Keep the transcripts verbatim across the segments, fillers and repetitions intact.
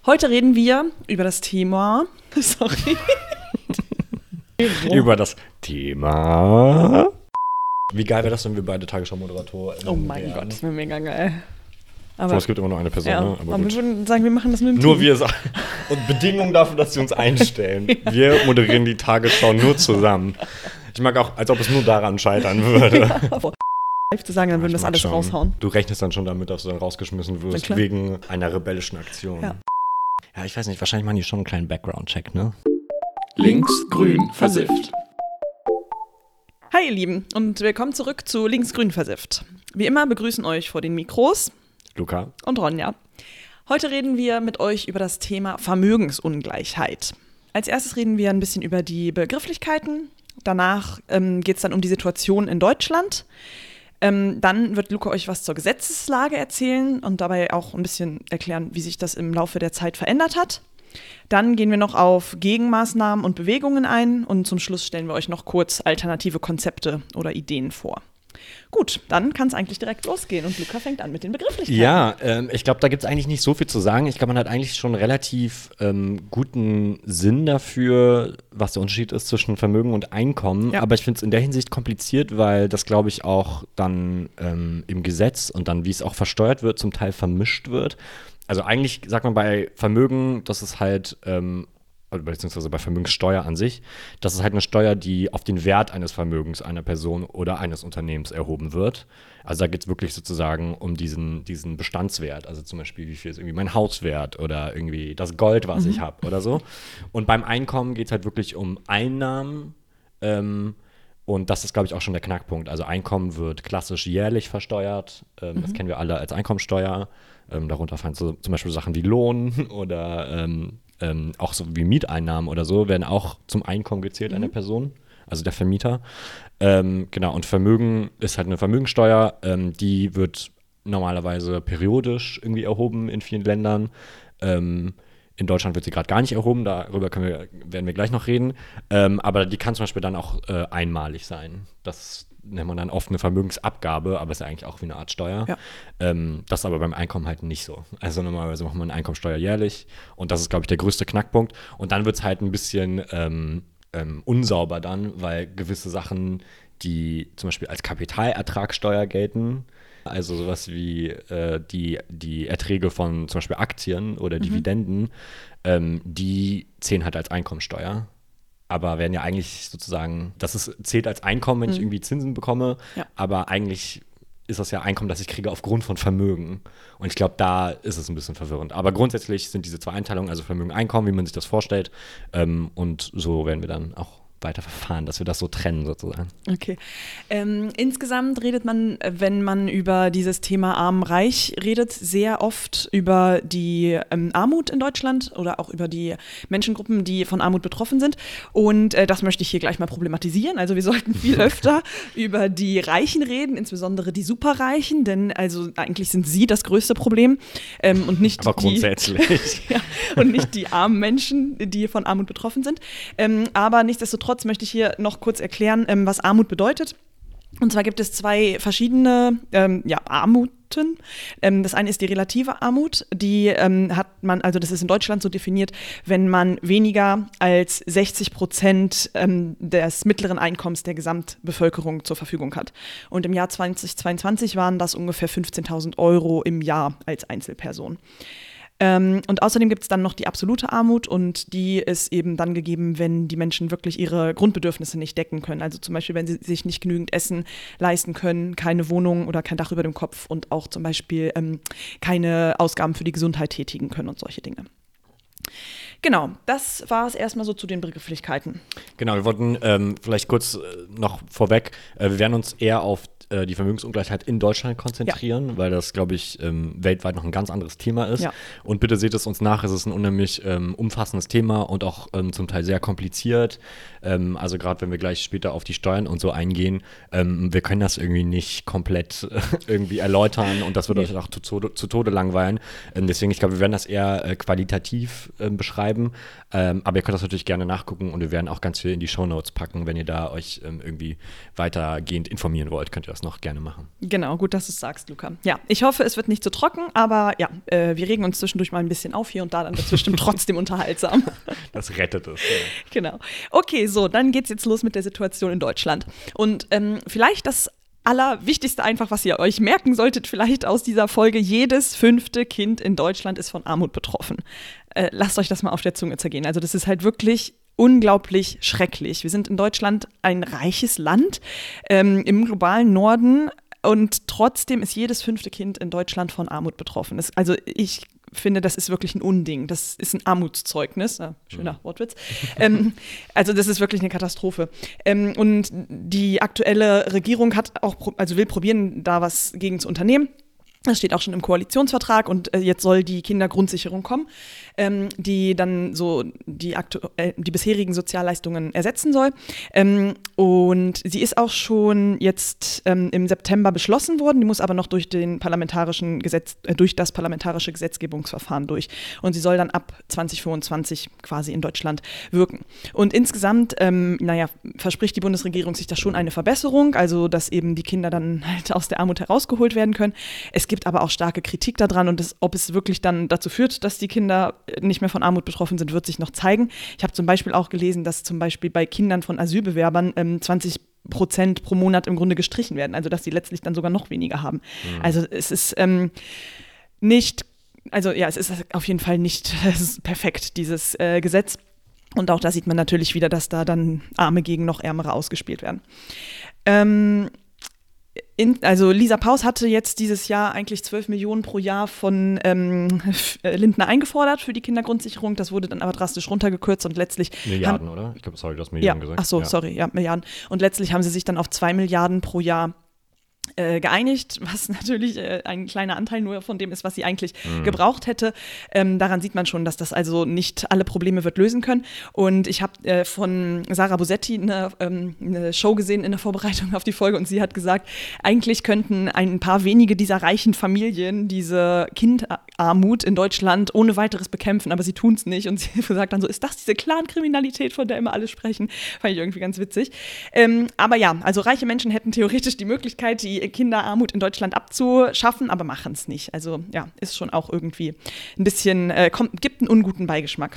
Heute reden wir über das Thema. Sorry. Über das Thema. Wie geil wäre das, wenn wir beide Tagesschau-Moderatoren Oh mein wären? Gott, das wäre mega geil. Aber es gibt immer nur eine Person, ja, ne? Aber, aber wir würden sagen, wir machen das mit dem Nur Team. wir sagen. Und Bedingungen dafür, dass sie uns einstellen. Ja. Wir moderieren die Tagesschau nur zusammen. Ich mag auch, als ob es nur daran scheitern würde. Ja. Zu sagen, dann würden wir das alles schon. raushauen. Du rechnest dann schon damit, dass du dann rausgeschmissen wirst, wegen einer rebellischen Aktion. Ja. ja, ich weiß nicht, wahrscheinlich machen die schon einen kleinen Background-Check, ne? Links, grün, versifft. Hi ihr Lieben und willkommen zurück zu Links, grün, versifft. Wie immer begrüßen euch vor den Mikros Luca und Ronja. Heute reden wir mit euch über das Thema Vermögensungleichheit. Als erstes reden wir ein bisschen über die Begrifflichkeiten. Danach ähm, geht es dann um die Situation in Deutschland. Ähm, dann wird Luca euch was zur Gesetzeslage erzählen und dabei auch ein bisschen erklären, wie sich das im Laufe der Zeit verändert hat. Dann gehen wir noch auf Gegenmaßnahmen und Bewegungen ein und zum Schluss stellen wir euch noch kurz alternative Konzepte oder Ideen vor. Gut, dann kann es eigentlich direkt losgehen und Luca fängt an mit den Begrifflichkeiten. Ja, ähm, ich glaube, da gibt es eigentlich nicht so viel zu sagen. Ich glaube, man hat eigentlich schon relativ ähm, guten Sinn dafür, was der Unterschied ist zwischen Vermögen und Einkommen. Ja. Aber ich finde es in der Hinsicht kompliziert, weil das, glaube ich, auch dann ähm, im Gesetz und dann, wie es auch versteuert wird, zum Teil vermischt wird. Also eigentlich sagt man bei Vermögen, das ist halt ähm, beziehungsweise bei Vermögenssteuer an sich, das ist halt eine Steuer, die auf den Wert eines Vermögens einer Person oder eines Unternehmens erhoben wird. Also da geht es wirklich sozusagen um diesen, diesen Bestandswert, also zum Beispiel, wie viel ist irgendwie mein Haus wert oder irgendwie das Gold, was mhm. ich habe oder so. Und beim Einkommen geht es halt wirklich um Einnahmen, ähm, und das ist, glaube ich, auch schon der Knackpunkt. Also Einkommen wird klassisch jährlich versteuert, ähm, mhm. das kennen wir alle als Einkommensteuer. Ähm, darunter fallen so, zum Beispiel Sachen wie Lohn oder ähm, Ähm, auch so wie Mieteinnahmen oder so, werden auch zum Einkommen gezählt mhm. einer Person, also der Vermieter. Ähm, genau, und Vermögen ist halt eine Vermögensteuer, ähm, die wird normalerweise periodisch irgendwie erhoben in vielen Ländern. Ähm, in Deutschland wird sie gerade gar nicht erhoben, darüber können wir, werden wir gleich noch reden. Ähm, aber die kann zum Beispiel dann auch äh, einmalig sein. Das nennt man dann oft eine Vermögensabgabe, aber ist ja eigentlich auch wie eine Art Steuer. Ja. Ähm, das ist aber beim Einkommen halt nicht so. Also normalerweise macht man eine Einkommensteuer jährlich und das ist, glaube ich, der größte Knackpunkt. Und dann wird es halt ein bisschen ähm, ähm, unsauber dann, weil gewisse Sachen, die zum Beispiel als Kapitalertragssteuer gelten, also sowas wie äh, die, die Erträge von zum Beispiel Aktien oder mhm. Dividenden, ähm, die zählen halt als Einkommensteuer. Aber werden ja eigentlich sozusagen, das ist, zählt als Einkommen, wenn mhm. ich irgendwie Zinsen bekomme, ja. aber eigentlich ist das ja Einkommen, das ich kriege aufgrund von Vermögen. Und ich glaube, da ist es ein bisschen verwirrend. Aber grundsätzlich sind diese zwei Einteilungen, also Vermögen, Einkommen, wie man sich das vorstellt. Ähm, und so werden wir dann auch weiter verfahren, dass wir das so trennen sozusagen. Okay. Ähm, insgesamt redet man, wenn man über dieses Thema Arm-Reich redet, sehr oft über die ähm, Armut in Deutschland oder auch über die Menschengruppen, die von Armut betroffen sind. Und äh, das möchte ich hier gleich mal problematisieren. Also wir sollten viel öfter über die Reichen reden, insbesondere die Superreichen, denn also eigentlich sind sie das größte Problem ähm, und nicht Aber grundsätzlich. Die, ja, und nicht die armen Menschen, die von Armut betroffen sind. Ähm, aber nichtsdestotrotz möchte ich hier noch kurz erklären, ähm, was Armut bedeutet. Und zwar gibt es zwei verschiedene ähm, ja, Armuten. Ähm, das eine ist die relative Armut. Die ähm, hat man, also das ist in Deutschland so definiert, wenn man weniger als sechzig Prozent ähm, des mittleren Einkommens der Gesamtbevölkerung zur Verfügung hat. Und im Jahr zweitausendzweiundzwanzig waren das ungefähr fünfzehntausend Euro im Jahr als Einzelperson. Ähm, und außerdem gibt es dann noch die absolute Armut und die ist eben dann gegeben, wenn die Menschen wirklich ihre Grundbedürfnisse nicht decken können. Also zum Beispiel, wenn sie sich nicht genügend Essen leisten können, keine Wohnung oder kein Dach über dem Kopf und auch zum Beispiel ähm, keine Ausgaben für die Gesundheit tätigen können und solche Dinge. Genau, das war es erstmal so zu den Begrifflichkeiten. Genau, wir wollten ähm, vielleicht kurz äh, noch vorweg, äh, wir werden uns eher auf äh, die Vermögensungleichheit in Deutschland konzentrieren, ja. weil das, glaube ich, ähm, weltweit noch ein ganz anderes Thema ist. Ja. Und bitte seht es uns nach, es ist ein unheimlich ähm, umfassendes Thema und auch ähm, zum Teil sehr kompliziert. Ähm, also gerade wenn wir gleich später auf die Steuern und so eingehen, ähm, wir können das irgendwie nicht komplett äh, irgendwie erläutern und das würde nee. euch auch zu, zu, zu Tode langweilen. Ähm, deswegen, ich glaube, wir werden das eher äh, qualitativ äh, beschreiben. Ähm, aber ihr könnt das natürlich gerne nachgucken und wir werden auch ganz viel in die Shownotes packen. Wenn ihr da euch ähm, irgendwie weitergehend informieren wollt, könnt ihr das das noch gerne machen. Genau, gut, dass du es sagst, Luca. Ja, ich hoffe, es wird nicht zu trocken, aber ja, äh, wir regen uns zwischendurch mal ein bisschen auf hier und da, dann wird es bestimmt trotzdem unterhaltsam. Das rettet es. Ja. Genau. Okay, so, dann geht's jetzt los mit der Situation in Deutschland. Und ähm, vielleicht das Allerwichtigste einfach, was ihr euch merken solltet, vielleicht aus dieser Folge: Jedes fünfte Kind in Deutschland ist von Armut betroffen. Äh, lasst euch das mal auf der Zunge zergehen. Also das ist halt wirklich unglaublich schrecklich. Wir sind in Deutschland ein reiches Land ähm, im globalen Norden und trotzdem ist jedes fünfte Kind in Deutschland von Armut betroffen. Das, also ich finde, das ist wirklich ein Unding. Das ist ein Armutszeugnis. Ah, schöner Wortwitz. ähm, also das ist wirklich eine Katastrophe. Ähm, und die aktuelle Regierung hat auch, also will probieren, da was gegen zu unternehmen. Das steht auch schon im Koalitionsvertrag und äh, jetzt soll die Kindergrundsicherung kommen, ähm, die dann so die, aktu- äh, die bisherigen Sozialleistungen ersetzen soll. Ähm, und sie ist auch schon jetzt ähm, im September beschlossen worden, die muss aber noch durch den parlamentarischen Gesetz, äh, durch das parlamentarische Gesetzgebungsverfahren durch. Und sie soll dann ab zwanzig fünfundzwanzig quasi in Deutschland wirken. Und insgesamt, ähm, naja, verspricht die Bundesregierung sich da schon eine Verbesserung, also dass eben die Kinder dann halt aus der Armut herausgeholt werden können. Es gibt aber auch starke Kritik daran und das, ob es wirklich dann dazu führt, dass die Kinder nicht mehr von Armut betroffen sind, wird sich noch zeigen. Ich habe zum Beispiel auch gelesen, dass zum Beispiel bei Kindern von Asylbewerbern ähm, zwanzig Prozent pro Monat im Grunde gestrichen werden, also dass sie letztlich dann sogar noch weniger haben. Mhm. Also es ist ähm, nicht, also ja, es ist auf jeden Fall nicht perfekt, dieses äh, Gesetz. Und auch da sieht man natürlich wieder, dass da dann Arme gegen noch Ärmere ausgespielt werden. Ähm, In, also Lisa Paus hatte jetzt dieses Jahr eigentlich zwölf Millionen pro Jahr von ähm, Lindner eingefordert für die Kindergrundsicherung. Das wurde dann aber drastisch runtergekürzt und letztlich Milliarden, haben, oder? Ich glaube, sorry, du hast Milliarden ja, gesagt. Ach so, ja. sorry, ja, Milliarden. Und letztlich haben sie sich dann auf zwei Milliarden pro Jahr Äh, geeinigt, was natürlich äh, ein kleiner Anteil nur von dem ist, was sie eigentlich mhm. gebraucht hätte. Ähm, daran sieht man schon, dass das also nicht alle Probleme wird lösen können. Und ich habe äh, von Sarah Bosetti eine, ähm, eine Show gesehen in der Vorbereitung auf die Folge und sie hat gesagt, eigentlich könnten ein paar wenige dieser reichen Familien diese Kinderarmut in Deutschland ohne weiteres bekämpfen, aber sie tun es nicht. Und sie sagt dann so, ist das diese Clankriminalität, von der immer alle sprechen? Fand ich irgendwie ganz witzig. Ähm, aber ja, also reiche Menschen hätten theoretisch die Möglichkeit, die Kinderarmut in Deutschland abzuschaffen, aber machen es nicht. Also ja, ist schon auch irgendwie ein bisschen, äh, kommt, gibt einen unguten Beigeschmack.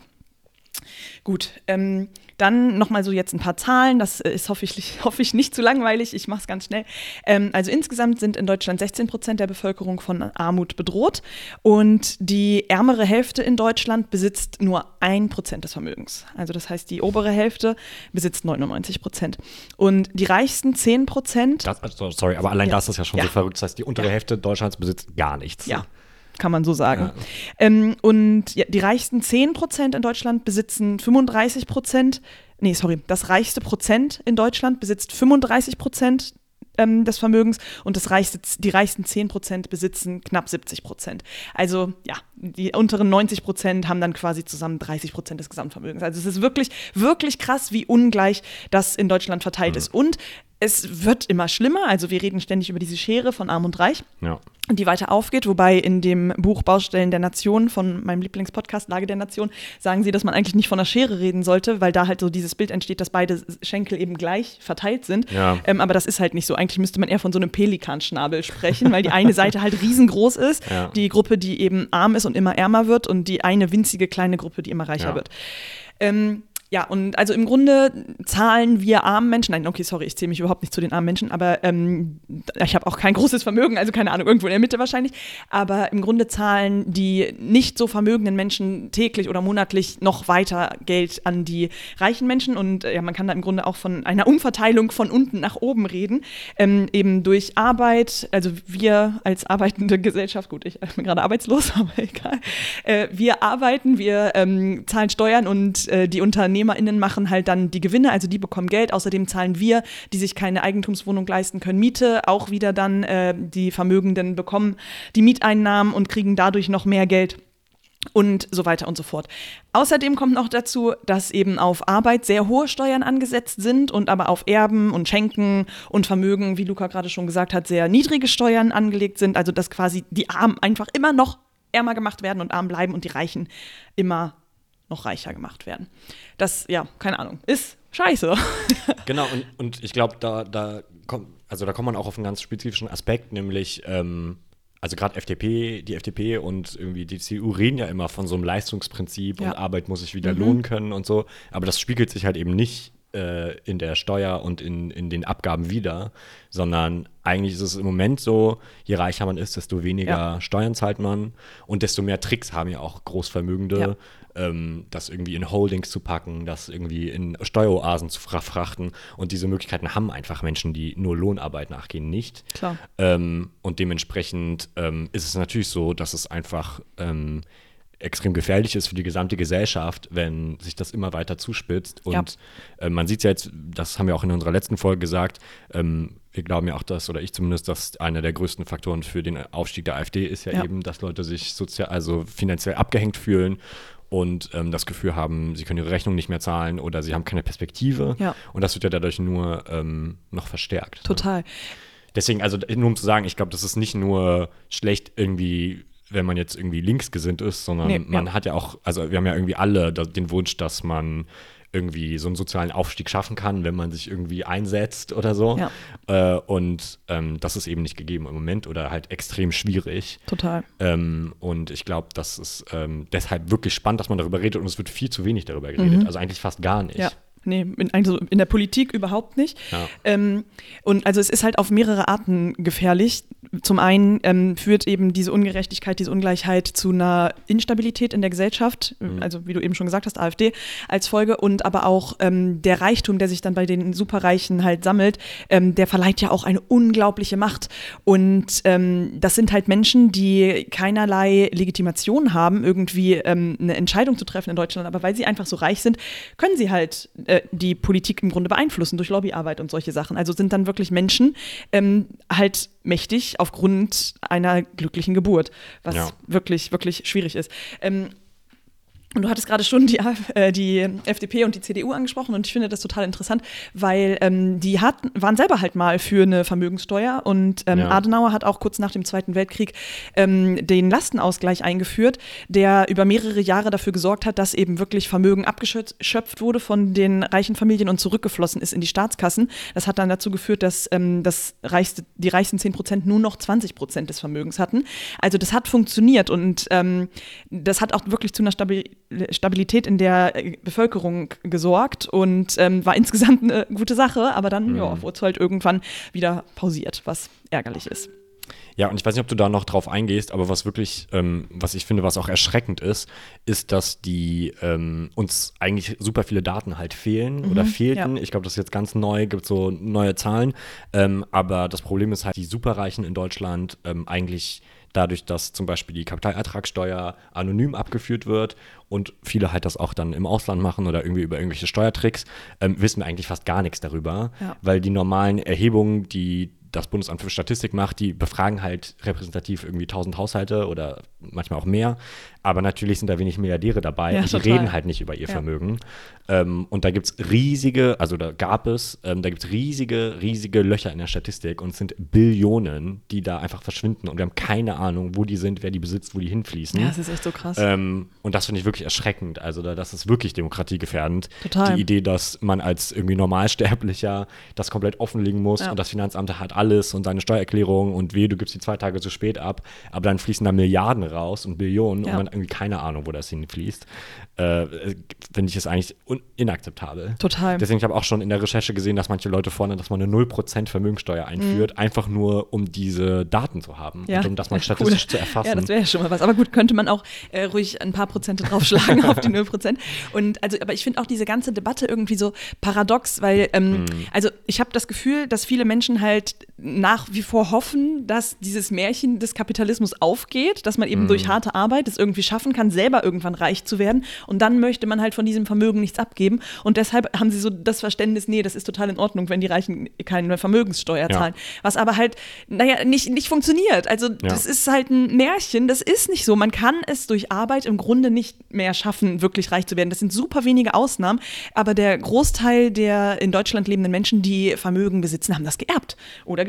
Gut, ähm, dann nochmal so jetzt ein paar Zahlen, das ist hoffe ich, hoffe ich nicht zu langweilig, ich mache es ganz schnell. Ähm, also insgesamt sind in Deutschland sechzehn Prozent der Bevölkerung von Armut bedroht und die ärmere Hälfte in Deutschland besitzt nur ein Prozent des Vermögens. Also das heißt, die obere Hälfte besitzt neunundneunzig Prozent. Und die reichsten zehn Prozent… Das, sorry, aber allein ja. das ist ja schon ja. so verrückt. Das heißt, die untere ja. Hälfte Deutschlands besitzt gar nichts. Ja. Kann man so sagen. Ja. Ähm, und ja, die reichsten zehn Prozent in Deutschland besitzen fünfunddreißig Prozent, nee, sorry, das reichste Prozent in Deutschland besitzt fünfunddreißig Prozent ähm, des Vermögens und das reichste, die reichsten zehn Prozent besitzen knapp siebzig Prozent. Also ja, die unteren neunzig Prozent haben dann quasi zusammen dreißig Prozent des Gesamtvermögens. Also es ist wirklich, wirklich krass, wie ungleich das in Deutschland verteilt mhm. ist. Und es wird immer schlimmer, also wir reden ständig über diese Schere von Arm und Reich, ja. die weiter aufgeht, wobei in dem Buch Baustellen der Nation von meinem Lieblingspodcast Lage der Nation sagen sie, dass man eigentlich nicht von einer Schere reden sollte, weil da halt so dieses Bild entsteht, dass beide Schenkel eben gleich verteilt sind, ja. ähm, aber das ist halt nicht so. Eigentlich müsste man eher von so einem Pelikanschnabel sprechen, weil die eine Seite halt riesengroß ist, ja. die Gruppe, die eben arm ist und immer ärmer wird und die eine winzige kleine Gruppe, die immer reicher ja. wird. Ähm, Ja, und also im Grunde zahlen wir armen Menschen, nein, okay, sorry, ich zähle mich überhaupt nicht zu den armen Menschen, aber ähm, ich habe auch kein großes Vermögen, also keine Ahnung, irgendwo in der Mitte wahrscheinlich, aber im Grunde zahlen die nicht so vermögenden Menschen täglich oder monatlich noch weiter Geld an die reichen Menschen und ja, man kann da im Grunde auch von einer Umverteilung von unten nach oben reden, ähm, eben durch Arbeit, also wir als arbeitende Gesellschaft, gut, ich bin gerade arbeitslos, aber egal, äh, wir arbeiten, wir ähm, zahlen Steuern und äh, die Unternehmen UnternehmerInnen machen halt dann die Gewinne, also die bekommen Geld. Außerdem zahlen wir, die sich keine Eigentumswohnung leisten können, Miete. Auch wieder dann äh, die Vermögenden bekommen die Mieteinnahmen und kriegen dadurch noch mehr Geld. Und so weiter und so fort. Außerdem kommt noch dazu, dass eben auf Arbeit sehr hohe Steuern angesetzt sind und aber auf Erben und Schenken und Vermögen, wie Luca gerade schon gesagt hat, sehr niedrige Steuern angelegt sind. Also dass quasi die Armen einfach immer noch ärmer gemacht werden und arm bleiben und die Reichen immer noch reicher gemacht werden. Das, ja, keine Ahnung, ist scheiße. Genau, und, und ich glaube, da, da kommt, also da kommt man auch auf einen ganz spezifischen Aspekt, nämlich ähm, also gerade F D P, die F D P und irgendwie die C D U reden ja immer von so einem Leistungsprinzip ja. und Arbeit muss sich wieder mhm. lohnen können und so, aber das spiegelt sich halt eben nicht äh, in der Steuer und in, in den Abgaben wieder, sondern eigentlich ist es im Moment so, je reicher man ist, desto weniger ja. Steuern zahlt man und desto mehr Tricks haben ja auch Großvermögende, ja. ähm, das irgendwie in Holdings zu packen, das irgendwie in Steueroasen zu verfrachten und diese Möglichkeiten haben einfach Menschen, die nur Lohnarbeit nachgehen, nicht. Klar. Ähm, und dementsprechend ähm, ist es natürlich so, dass es einfach ähm, extrem gefährlich ist für die gesamte Gesellschaft, wenn sich das immer weiter zuspitzt. Und ja. äh, man sieht es ja jetzt, das haben wir auch in unserer letzten Folge gesagt, ähm, wir glauben ja auch, dass, oder ich zumindest, dass einer der größten Faktoren für den Aufstieg der AfD ist ja, ja. eben, dass Leute sich sozial, also finanziell abgehängt fühlen und ähm, das Gefühl haben, sie können ihre Rechnung nicht mehr zahlen oder sie haben keine Perspektive. Ja. Und das wird ja dadurch nur ähm, noch verstärkt. Total. Ne? Deswegen, also nur um zu sagen, ich glaube, das ist nicht nur schlecht irgendwie, wenn man jetzt irgendwie linksgesinnt ist, sondern nee, man ja. hat ja auch, also wir haben ja irgendwie alle den Wunsch, dass man irgendwie so einen sozialen Aufstieg schaffen kann, wenn man sich irgendwie einsetzt oder so. Ja. Äh, und ähm, das ist eben nicht gegeben im Moment oder halt extrem schwierig. Total. Ähm, und ich glaube, das ist ähm, deshalb wirklich spannend, dass man darüber redet und es wird viel zu wenig darüber geredet. Mhm. Also eigentlich fast gar nicht. Ja. Nee, in, also in der Politik überhaupt nicht. Ja. Ähm, und also es ist halt auf mehrere Arten gefährlich. Zum einen ähm, führt eben diese Ungerechtigkeit, diese Ungleichheit zu einer Instabilität in der Gesellschaft, mhm. also wie du eben schon gesagt hast, AfD als Folge und aber auch ähm, der Reichtum, der sich dann bei den Superreichen halt sammelt, ähm, der verleiht ja auch eine unglaubliche Macht. Und ähm, das sind halt Menschen, die keinerlei Legitimation haben, irgendwie ähm, eine Entscheidung zu treffen in Deutschland, aber weil sie einfach so reich sind, können sie halt äh, die Politik im Grunde beeinflussen durch Lobbyarbeit und solche Sachen. Also sind dann wirklich Menschen ähm, halt mächtig aufgrund einer glücklichen Geburt, was ja. wirklich, wirklich schwierig ist. Ähm, Und du hattest gerade schon die, äh, die F D P und die C D U angesprochen und ich finde das total interessant, weil ähm, die hatten, waren selber halt mal für eine Vermögenssteuer und ähm, ja. Adenauer hat auch kurz nach dem Zweiten Weltkrieg ähm, den Lastenausgleich eingeführt, der über mehrere Jahre dafür gesorgt hat, dass eben wirklich Vermögen abgeschöpft wurde von den reichen Familien und zurückgeflossen ist in die Staatskassen. Das hat dann dazu geführt, dass ähm, das reichste, die reichsten zehn Prozent nur noch zwanzig Prozent des Vermögens hatten. Also das hat funktioniert und ähm, das hat auch wirklich zu einer Stabilität Stabilität in der Bevölkerung gesorgt und ähm, war insgesamt eine gute Sache, aber dann mhm. ja, wurde es halt irgendwann wieder pausiert, was ärgerlich ist. Ja, und ich weiß nicht, ob du da noch drauf eingehst, aber was wirklich, ähm, was ich finde, was auch erschreckend ist, ist, dass die ähm, uns eigentlich super viele Daten halt fehlen mhm, oder fehlten. Ja. Ich glaube, das ist jetzt ganz neu, gibt so neue Zahlen. Ähm, aber das Problem ist halt, die Superreichen in Deutschland ähm, eigentlich dadurch, dass zum Beispiel die Kapitalertragssteuer anonym abgeführt wird und viele halt das auch dann im Ausland machen oder irgendwie über irgendwelche Steuertricks, ähm, wissen wir eigentlich fast gar nichts darüber, ja. weil die normalen Erhebungen, die das Bundesamt für Statistik macht, die befragen halt repräsentativ irgendwie tausend Haushalte oder manchmal auch mehr. Aber natürlich sind da wenig Milliardäre dabei ja, und die total. reden halt nicht über ihr ja. Vermögen. Ähm, und da gibt es riesige, also da gab es, ähm, da gibt es riesige, riesige Löcher in der Statistik und es sind Billionen, die da einfach verschwinden und wir haben keine Ahnung, wo die sind, wer die besitzt, wo die hinfließen. Ja, das ist echt so krass. Ähm, und das finde ich wirklich erschreckend. Also da, das ist wirklich demokratiegefährdend. Total. Die Idee, dass man als irgendwie Normalsterblicher das komplett offenlegen muss ja. und das Finanzamt hat alles und seine Steuererklärung und weh, du gibst die zwei Tage zu spät ab, aber dann fließen da Milliarden raus und Billionen ja. und man hat irgendwie keine Ahnung, wo das hinfließt. Äh, finde ich es eigentlich un- inakzeptabel. Total. Deswegen, ich habe auch schon in der Recherche gesehen, dass manche Leute fordern, dass man eine null Prozent Vermögensteuer einführt, mhm. einfach nur, um diese Daten zu haben ja. und um das mal statistisch cool. zu erfassen. Ja, das wäre ja schon mal was. Aber gut, könnte man auch äh, ruhig ein paar Prozente draufschlagen auf die null Prozent. Und also, aber ich finde auch diese ganze Debatte irgendwie so paradox, weil, ähm, mhm. also ich habe das Gefühl, dass viele Menschen halt nach wie vor hoffen, dass dieses Märchen des Kapitalismus aufgeht, dass man eben mhm. durch harte Arbeit es irgendwie schaffen kann, selber irgendwann reich zu werden und dann möchte man halt von diesem Vermögen nichts abgeben und deshalb haben sie so das Verständnis, nee, das ist total in Ordnung, wenn die Reichen keine Vermögenssteuer ja. zahlen, was aber halt, naja, nicht, nicht funktioniert, also ja. das ist halt ein Märchen, das ist nicht so, man kann es durch Arbeit im Grunde nicht mehr schaffen, wirklich reich zu werden, das sind super wenige Ausnahmen, aber der Großteil der in Deutschland lebenden Menschen, die Vermögen besitzen, haben das geerbt oder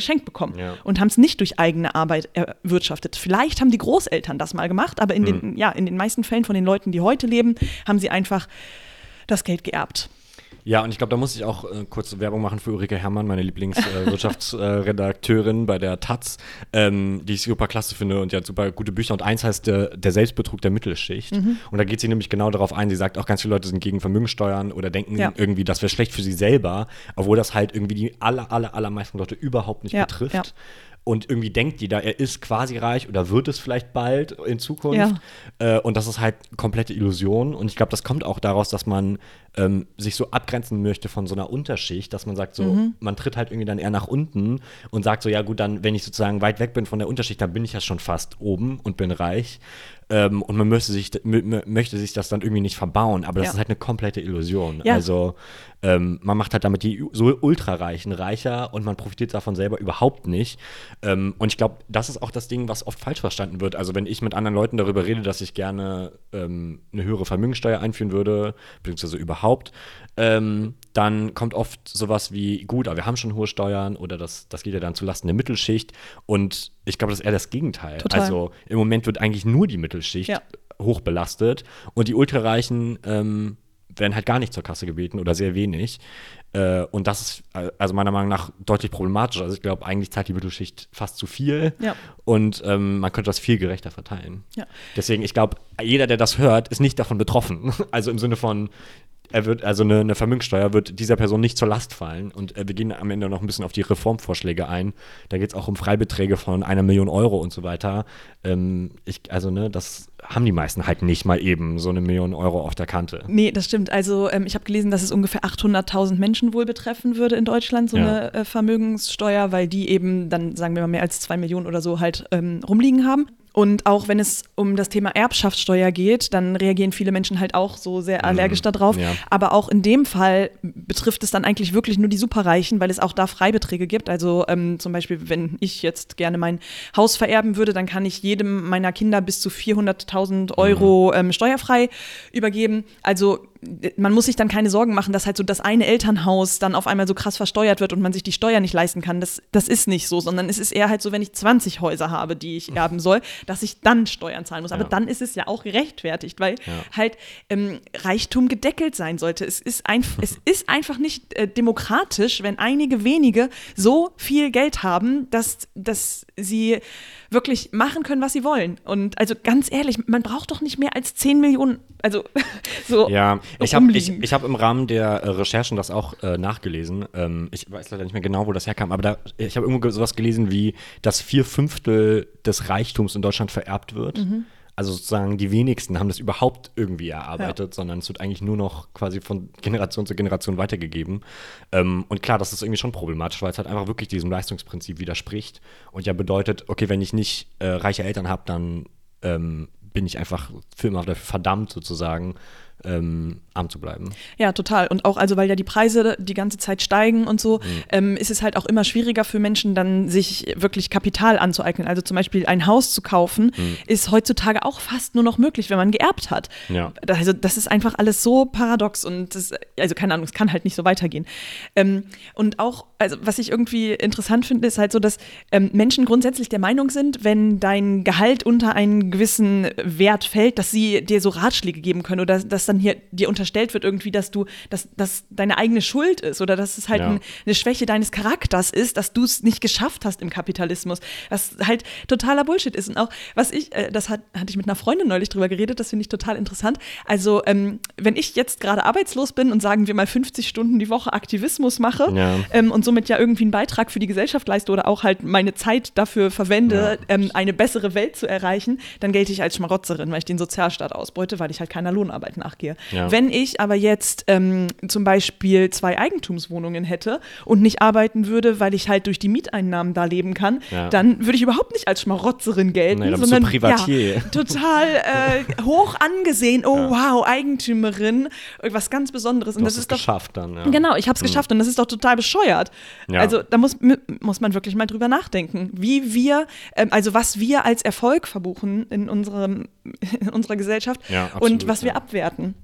geschenkt bekommen ja. und haben es nicht durch eigene Arbeit erwirtschaftet. Vielleicht haben die Großeltern das mal gemacht, aber in, mhm. den, ja, in den meisten Fällen von den Leuten, die heute leben, haben sie einfach das Geld geerbt. Ja, und ich glaube, da muss ich auch äh, kurz Werbung machen für Ulrike Herrmann, meine Lieblingswirtschaftsredakteurin äh, bei der Taz, ähm, die ich super klasse finde und die hat super gute Bücher. Und eins heißt der, der Selbstbetrug der Mittelschicht. Mhm. Und da geht sie nämlich genau darauf ein. Sie sagt auch, ganz viele Leute sind gegen Vermögensteuern oder denken ja. irgendwie, das wäre schlecht für sie selber, obwohl das halt irgendwie die aller, aller, allermeisten Leute überhaupt nicht ja. betrifft. Ja. Und irgendwie denkt jeder, er ist quasi reich oder wird es vielleicht bald in Zukunft. Ja. Äh, und das ist halt komplette Illusion. Und ich glaube, das kommt auch daraus, dass man ähm, sich so abgrenzen möchte von so einer Unterschicht, dass man sagt so, mhm. man tritt halt irgendwie dann eher nach unten und sagt so, ja gut, dann, wenn ich sozusagen weit weg bin von der Unterschicht, dann bin ich ja schon fast oben und bin reich. Ähm, und man möchte sich, m- möchte sich das dann irgendwie nicht verbauen, aber das ja. ist halt eine komplette Illusion. Ja. Also ähm, man macht halt damit die so Ultrareichen reicher und man profitiert davon selber überhaupt nicht. Ähm, und ich glaube, das ist auch das Ding, was oft falsch verstanden wird. Also wenn ich mit anderen Leuten darüber rede, dass ich gerne ähm, eine höhere Vermögensteuer einführen würde, beziehungsweise überhaupt, ähm, dann kommt oft sowas wie, gut, aber wir haben schon hohe Steuern oder das, das geht ja dann zulasten der Mittelschicht. Und ich glaube, das ist eher das Gegenteil. Total. Also im Moment wird eigentlich nur die Mittelschicht ja. hoch belastet und die Ultrareichen ähm, werden halt gar nicht zur Kasse gebeten oder sehr wenig. Äh, und das ist also meiner Meinung nach deutlich problematisch. Also ich glaube, eigentlich zahlt die Mittelschicht fast zu viel ja. und ähm, man könnte das viel gerechter verteilen. Ja. Deswegen, ich glaube, jeder, der das hört, ist nicht davon betroffen. Also im Sinne von, er wird, also eine, eine Vermögenssteuer wird dieser Person nicht zur Last fallen. Und äh, wir gehen am Ende noch ein bisschen auf die Reformvorschläge ein. Da geht es auch um Freibeträge von einer Million Euro und so weiter. Ähm, ich, also, ne, das haben die meisten halt nicht mal eben, so eine Million Euro auf der Kante. Nee, das stimmt. Also ähm, ich habe gelesen, dass es ungefähr achthunderttausend Menschen wohl betreffen würde in Deutschland, so ja. eine äh, Vermögenssteuer, weil die eben dann, sagen wir mal, mehr als zwei Millionen oder so halt ähm, rumliegen haben. Und auch wenn es um das Thema Erbschaftssteuer geht, dann reagieren viele Menschen halt auch so sehr allergisch mm, darauf. Ja. Aber auch in dem Fall betrifft es dann eigentlich wirklich nur die Superreichen, weil es auch da Freibeträge gibt. Also ähm, zum Beispiel, wenn ich jetzt gerne mein Haus vererben würde, dann kann ich jedem meiner Kinder bis zu vierhunderttausend Euro ähm, steuerfrei übergeben. Also man muss sich dann keine Sorgen machen, dass halt so das eine Elternhaus dann auf einmal so krass versteuert wird und man sich die Steuer nicht leisten kann. Das, das ist nicht so, sondern es ist eher halt so, wenn ich zwanzig Häuser habe, die ich erben soll, dass ich dann Steuern zahlen muss. Aber ja. dann ist es ja auch gerechtfertigt, weil ja. halt ähm, Reichtum gedeckelt sein sollte. Es ist, ein, es ist einfach nicht äh, demokratisch, wenn einige wenige so viel Geld haben, dass, dass sie wirklich machen können, was sie wollen. Und also ganz ehrlich, man braucht doch nicht mehr als zehn Millionen, also so. Ja, ich habe ich, ich hab im Rahmen der äh, Recherchen das auch äh, nachgelesen. Ähm, ich weiß leider nicht mehr genau, wo das herkam, aber da, ich habe irgendwo sowas gelesen wie, dass vier Fünftel des Reichtums in Deutschland vererbt wird. Mhm. Also sozusagen die wenigsten haben das überhaupt irgendwie erarbeitet, ja. sondern es wird eigentlich nur noch quasi von Generation zu Generation weitergegeben. Ähm, und klar, das ist irgendwie schon problematisch, weil es halt einfach wirklich diesem Leistungsprinzip widerspricht und ja bedeutet, okay, wenn ich nicht äh, reiche Eltern habe, dann ähm, bin ich einfach für immer dafür verdammt sozusagen, ähm, arm zu bleiben. Ja, total. Und auch, also weil ja die Preise die ganze Zeit steigen und so, mhm. ähm, ist es halt auch immer schwieriger für Menschen dann, sich wirklich Kapital anzueignen. Also zum Beispiel ein Haus zu kaufen, mhm. ist heutzutage auch fast nur noch möglich, wenn man geerbt hat. Ja. Also das ist einfach alles so paradox und das, also keine Ahnung, es kann halt nicht so weitergehen. Ähm, und auch, also was ich irgendwie interessant finde, ist halt so, dass ähm, Menschen grundsätzlich der Meinung sind, wenn dein Gehalt unter einen gewissen Wert fällt, dass sie dir so Ratschläge geben können oder dass dann hier dir unterstellt wird irgendwie, dass du, dass das deine eigene Schuld ist oder dass es halt ja. ein, eine Schwäche deines Charakters ist, dass du es nicht geschafft hast im Kapitalismus, was halt totaler Bullshit ist. Und auch, was ich, äh, das hat, hatte ich mit einer Freundin neulich drüber geredet, das finde ich total interessant. Also, ähm, wenn ich jetzt gerade arbeitslos bin und sagen wir mal fünfzig Stunden die Woche Aktivismus mache ja. ähm, und somit ja irgendwie einen Beitrag für die Gesellschaft leiste oder auch halt meine Zeit dafür verwende, ja. ähm, eine bessere Welt zu erreichen, dann gelte ich als Schmarotzerin, weil ich den Sozialstaat ausbeute, weil ich halt keiner Lohnarbeit nachgehe. Ja. Wenn ich aber jetzt ähm, zum Beispiel zwei Eigentumswohnungen hätte und nicht arbeiten würde, weil ich halt durch die Mieteinnahmen da leben kann, ja. dann würde ich überhaupt nicht als Schmarotzerin gelten, nee, sondern so Privatier. Ja, total äh, hoch angesehen. Oh ja. wow, Eigentümerin, was ganz Besonderes. Und du das hast ist es doch, geschafft dann. Ja. Genau, ich habe es hm. geschafft und das ist doch total bescheuert. Ja. Also da muss, muss man wirklich mal drüber nachdenken, wie wir, ähm, also was wir als Erfolg verbuchen in, unserem, in unserer Gesellschaft ja, absolut, und was wir ja. abwerten.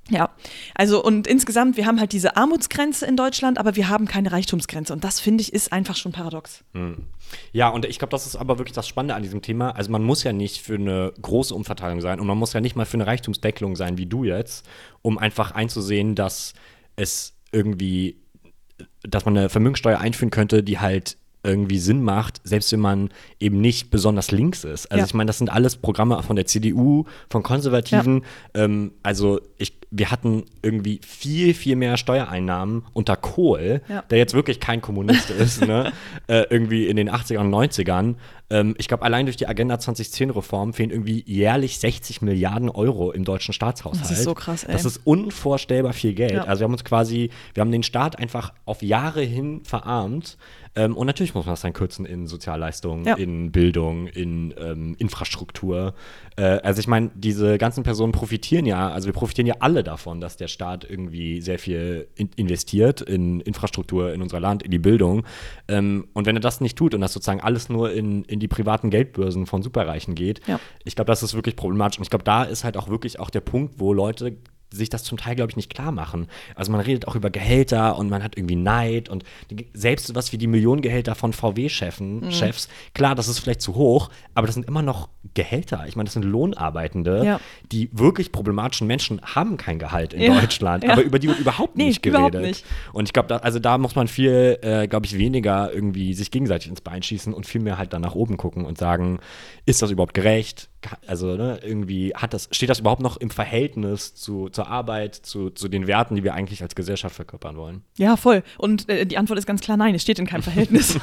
Ja, also und insgesamt, wir haben halt diese Armutsgrenze in Deutschland, aber wir haben keine Reichtumsgrenze. Und das, finde ich, ist einfach schon paradox. Hm. Ja, und ich glaube, das ist aber wirklich das Spannende an diesem Thema. Also man muss ja nicht für eine große Umverteilung sein und man muss ja nicht mal für eine Reichtumsdeckelung sein, wie du jetzt, um einfach einzusehen, dass es irgendwie, dass man eine Vermögenssteuer einführen könnte, die halt irgendwie Sinn macht, selbst wenn man eben nicht besonders links ist. Also ja. ich meine, das sind alles Programme von der C D U, von Konservativen. Ja. Ähm, also ich, wir hatten irgendwie viel, viel mehr Steuereinnahmen unter Kohl, ja. der jetzt wirklich kein Kommunist ist, ne? äh, irgendwie in den achtzigern und neunzigern. Ähm, ich glaube, allein durch die Agenda zwanzig zehn Reform fehlen irgendwie jährlich sechzig Milliarden Euro im deutschen Staatshaushalt. Das ist so krass, ey. Das ist unvorstellbar viel Geld. Ja. Also wir haben uns quasi, wir haben den Staat einfach auf Jahre hin verarmt. Ähm, und natürlich muss man das dann kürzen in Sozialleistungen, ja. in Bildung, in ähm, Infrastruktur. Äh, also ich meine, diese ganzen Personen profitieren ja, also wir profitieren ja alle davon, dass der Staat irgendwie sehr viel in- investiert in Infrastruktur in unser Land, in die Bildung. Ähm, und wenn er das nicht tut und das sozusagen alles nur in, in die privaten Geldbörsen von Superreichen geht, ja. ich glaube, das ist wirklich problematisch. Und ich glaube, da ist halt auch wirklich auch der Punkt, wo Leute sich das zum Teil, glaube ich, nicht klar machen. Also man redet auch über Gehälter und man hat irgendwie Neid und die, selbst was wie die Millionengehälter von V W-Chefen, mhm. Chefs, klar, das ist vielleicht zu hoch, aber das sind immer noch Gehälter. Ich meine, das sind Lohnarbeitende, ja. die wirklich problematischen Menschen haben kein Gehalt in ja. Deutschland, ja. aber über die wird überhaupt nee, nicht geredet. Überhaupt nicht. Und ich glaube, da, also da muss man viel, äh, glaube ich, weniger irgendwie sich gegenseitig ins Bein schießen und viel mehr halt dann nach oben gucken und sagen, ist das überhaupt gerecht? Also ne, irgendwie hat das, steht das überhaupt noch im Verhältnis zu, zur Arbeit, zu, zu den Werten, die wir eigentlich als Gesellschaft verkörpern wollen? Ja, voll. Und äh, die Antwort ist ganz klar nein, es steht in keinem Verhältnis.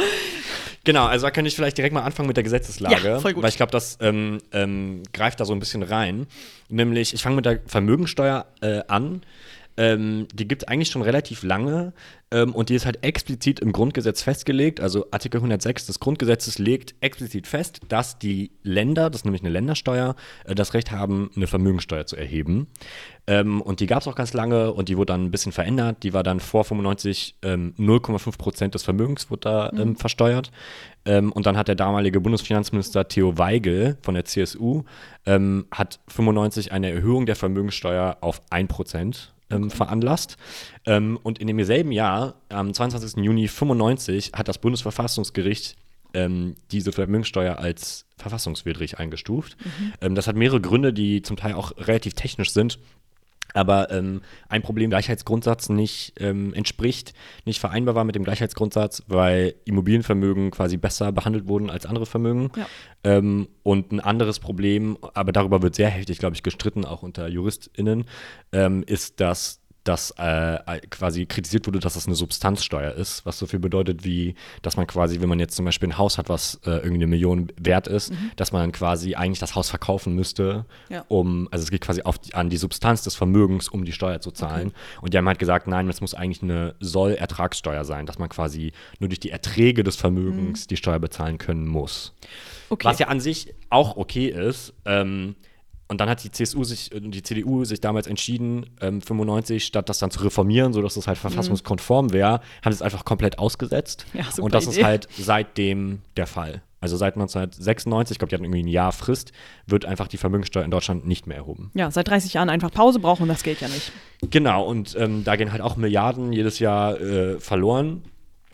Genau, also da könnte ich vielleicht direkt mal anfangen mit der Gesetzeslage, ja, voll gut. weil ich glaube, das ähm, ähm, greift da so ein bisschen rein. Nämlich, ich fange mit der Vermögensteuer äh, an. Ähm, die gibt es eigentlich schon relativ lange ähm, und die ist halt explizit im Grundgesetz festgelegt. Also Artikel hundertsechs des Grundgesetzes legt explizit fest, dass die Länder, das ist nämlich eine Ländersteuer, äh, das Recht haben, eine Vermögensteuer zu erheben. Ähm, und die gab es auch ganz lange und die wurde dann ein bisschen verändert. Die war dann vor fünfundneunzig ähm, null Komma fünf Prozent des Vermögens wurde da ähm, mhm. versteuert. Ähm, und dann hat der damalige Bundesfinanzminister Theo Weigel von der C S U ähm, hat fünfundneunzig eine Erhöhung der Vermögenssteuer auf ein Prozent Ähm, okay. veranlasst. Ähm, und in demselben Jahr, am zweiundzwanzigsten Juni fünfundneunzig, hat das Bundesverfassungsgericht ähm, diese Vermögenssteuer als verfassungswidrig eingestuft. Mhm. Ähm, das hat mehrere Gründe, die zum Teil auch relativ technisch sind. Aber ähm, ein Problem, Gleichheitsgrundsatz nicht ähm, entspricht, nicht vereinbar war mit dem Gleichheitsgrundsatz, weil Immobilienvermögen quasi besser behandelt wurden als andere Vermögen. Ja. Ähm, und ein anderes Problem, aber darüber wird sehr heftig, glaube ich, gestritten, auch unter JuristInnen, ähm, ist, dass dass äh, quasi kritisiert wurde, dass das eine Substanzsteuer ist, was so viel bedeutet wie, dass man quasi, wenn man jetzt zum Beispiel ein Haus hat, was äh, irgendwie eine Million wert ist, mhm. dass man dann quasi eigentlich das Haus verkaufen müsste, ja. um, also es geht quasi auf die, an die Substanz des Vermögens, um die Steuer zu zahlen. Okay. Und die haben halt gesagt, nein, das muss eigentlich eine Soll-Ertragssteuer sein, dass man quasi nur durch die Erträge des Vermögens mhm. die Steuer bezahlen können muss. Okay. Was ja an sich auch okay ist, ähm, und dann hat die C S U sich, die C D U sich damals entschieden, ähm, fünfundneunzig, statt das dann zu reformieren, sodass es halt verfassungskonform wäre, haben sie es einfach komplett ausgesetzt. Ja, super und das Idee. Ist halt seitdem der Fall. Also seit neunzehnhundertsechsundneunzig, ich glaube, die hatten irgendwie ein Jahr Frist, wird einfach die Vermögenssteuer in Deutschland nicht mehr erhoben. Ja, seit dreißig Jahren einfach Pause, brauchen das Geld ja nicht. Genau, und ähm, da gehen halt auch Milliarden jedes Jahr äh, verloren.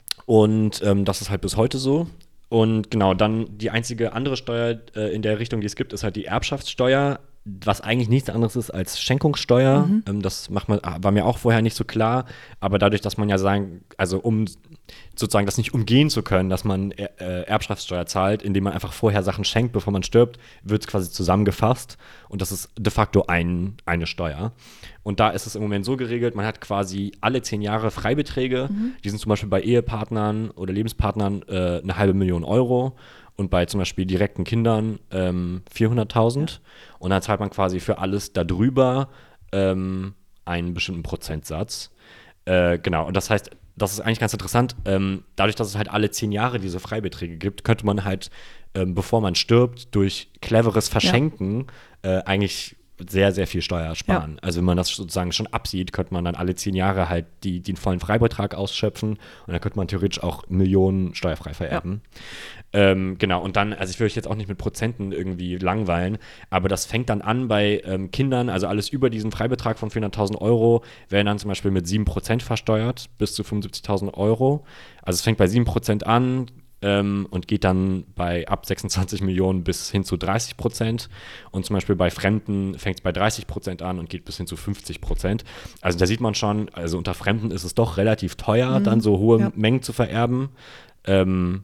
Und ähm, das ist halt bis heute so. Und genau, dann die einzige andere Steuer äh, in der Richtung, die es gibt, ist halt die Erbschaftssteuer, was eigentlich nichts anderes ist als Schenkungssteuer. Mhm. Ähm, das macht man, war mir auch vorher nicht so klar. Aber dadurch, dass man ja sagen, also um sozusagen das nicht umgehen zu können, dass man er, äh, Erbschaftssteuer zahlt, indem man einfach vorher Sachen schenkt, bevor man stirbt, wird es quasi zusammengefasst. Und das ist de facto ein, eine Steuer. Und da ist es im Moment so geregelt, man hat quasi alle zehn Jahre Freibeträge. Mhm. Die sind zum Beispiel bei Ehepartnern oder Lebenspartnern äh, eine halbe Million Euro. Und bei zum Beispiel direkten Kindern ähm, vierhunderttausend. Ja. Und dann zahlt man quasi für alles darüber ähm, einen bestimmten Prozentsatz. Äh, genau, und das heißt, das ist eigentlich ganz interessant. Ähm, dadurch, dass es halt alle zehn Jahre diese Freibeträge gibt, könnte man halt, ähm, bevor man stirbt, durch cleveres Verschenken ja. äh, eigentlich sehr, sehr viel Steuer sparen. Ja. Also wenn man das sozusagen schon absieht, könnte man dann alle zehn Jahre halt die, den vollen Freibetrag ausschöpfen und dann könnte man theoretisch auch Millionen steuerfrei vererben. Ja. Ähm, genau, und dann, also ich will euch jetzt auch nicht mit Prozenten irgendwie langweilen, aber das fängt dann an bei ähm, Kindern, also alles über diesen Freibetrag von vierhunderttausend Euro werden dann zum Beispiel mit sieben Prozent versteuert, bis zu fünfundsiebzigtausend Euro. Also es fängt bei sieben Prozent an, Ähm, und geht dann bei ab sechsundzwanzig Millionen bis hin zu dreißig Prozent. Und zum Beispiel bei Fremden fängt es bei dreißig Prozent an und geht bis hin zu fünfzig Prozent. Also da sieht man schon, also unter Fremden ist es doch relativ teuer, mhm. dann so hohe ja. Mengen zu vererben. Ähm,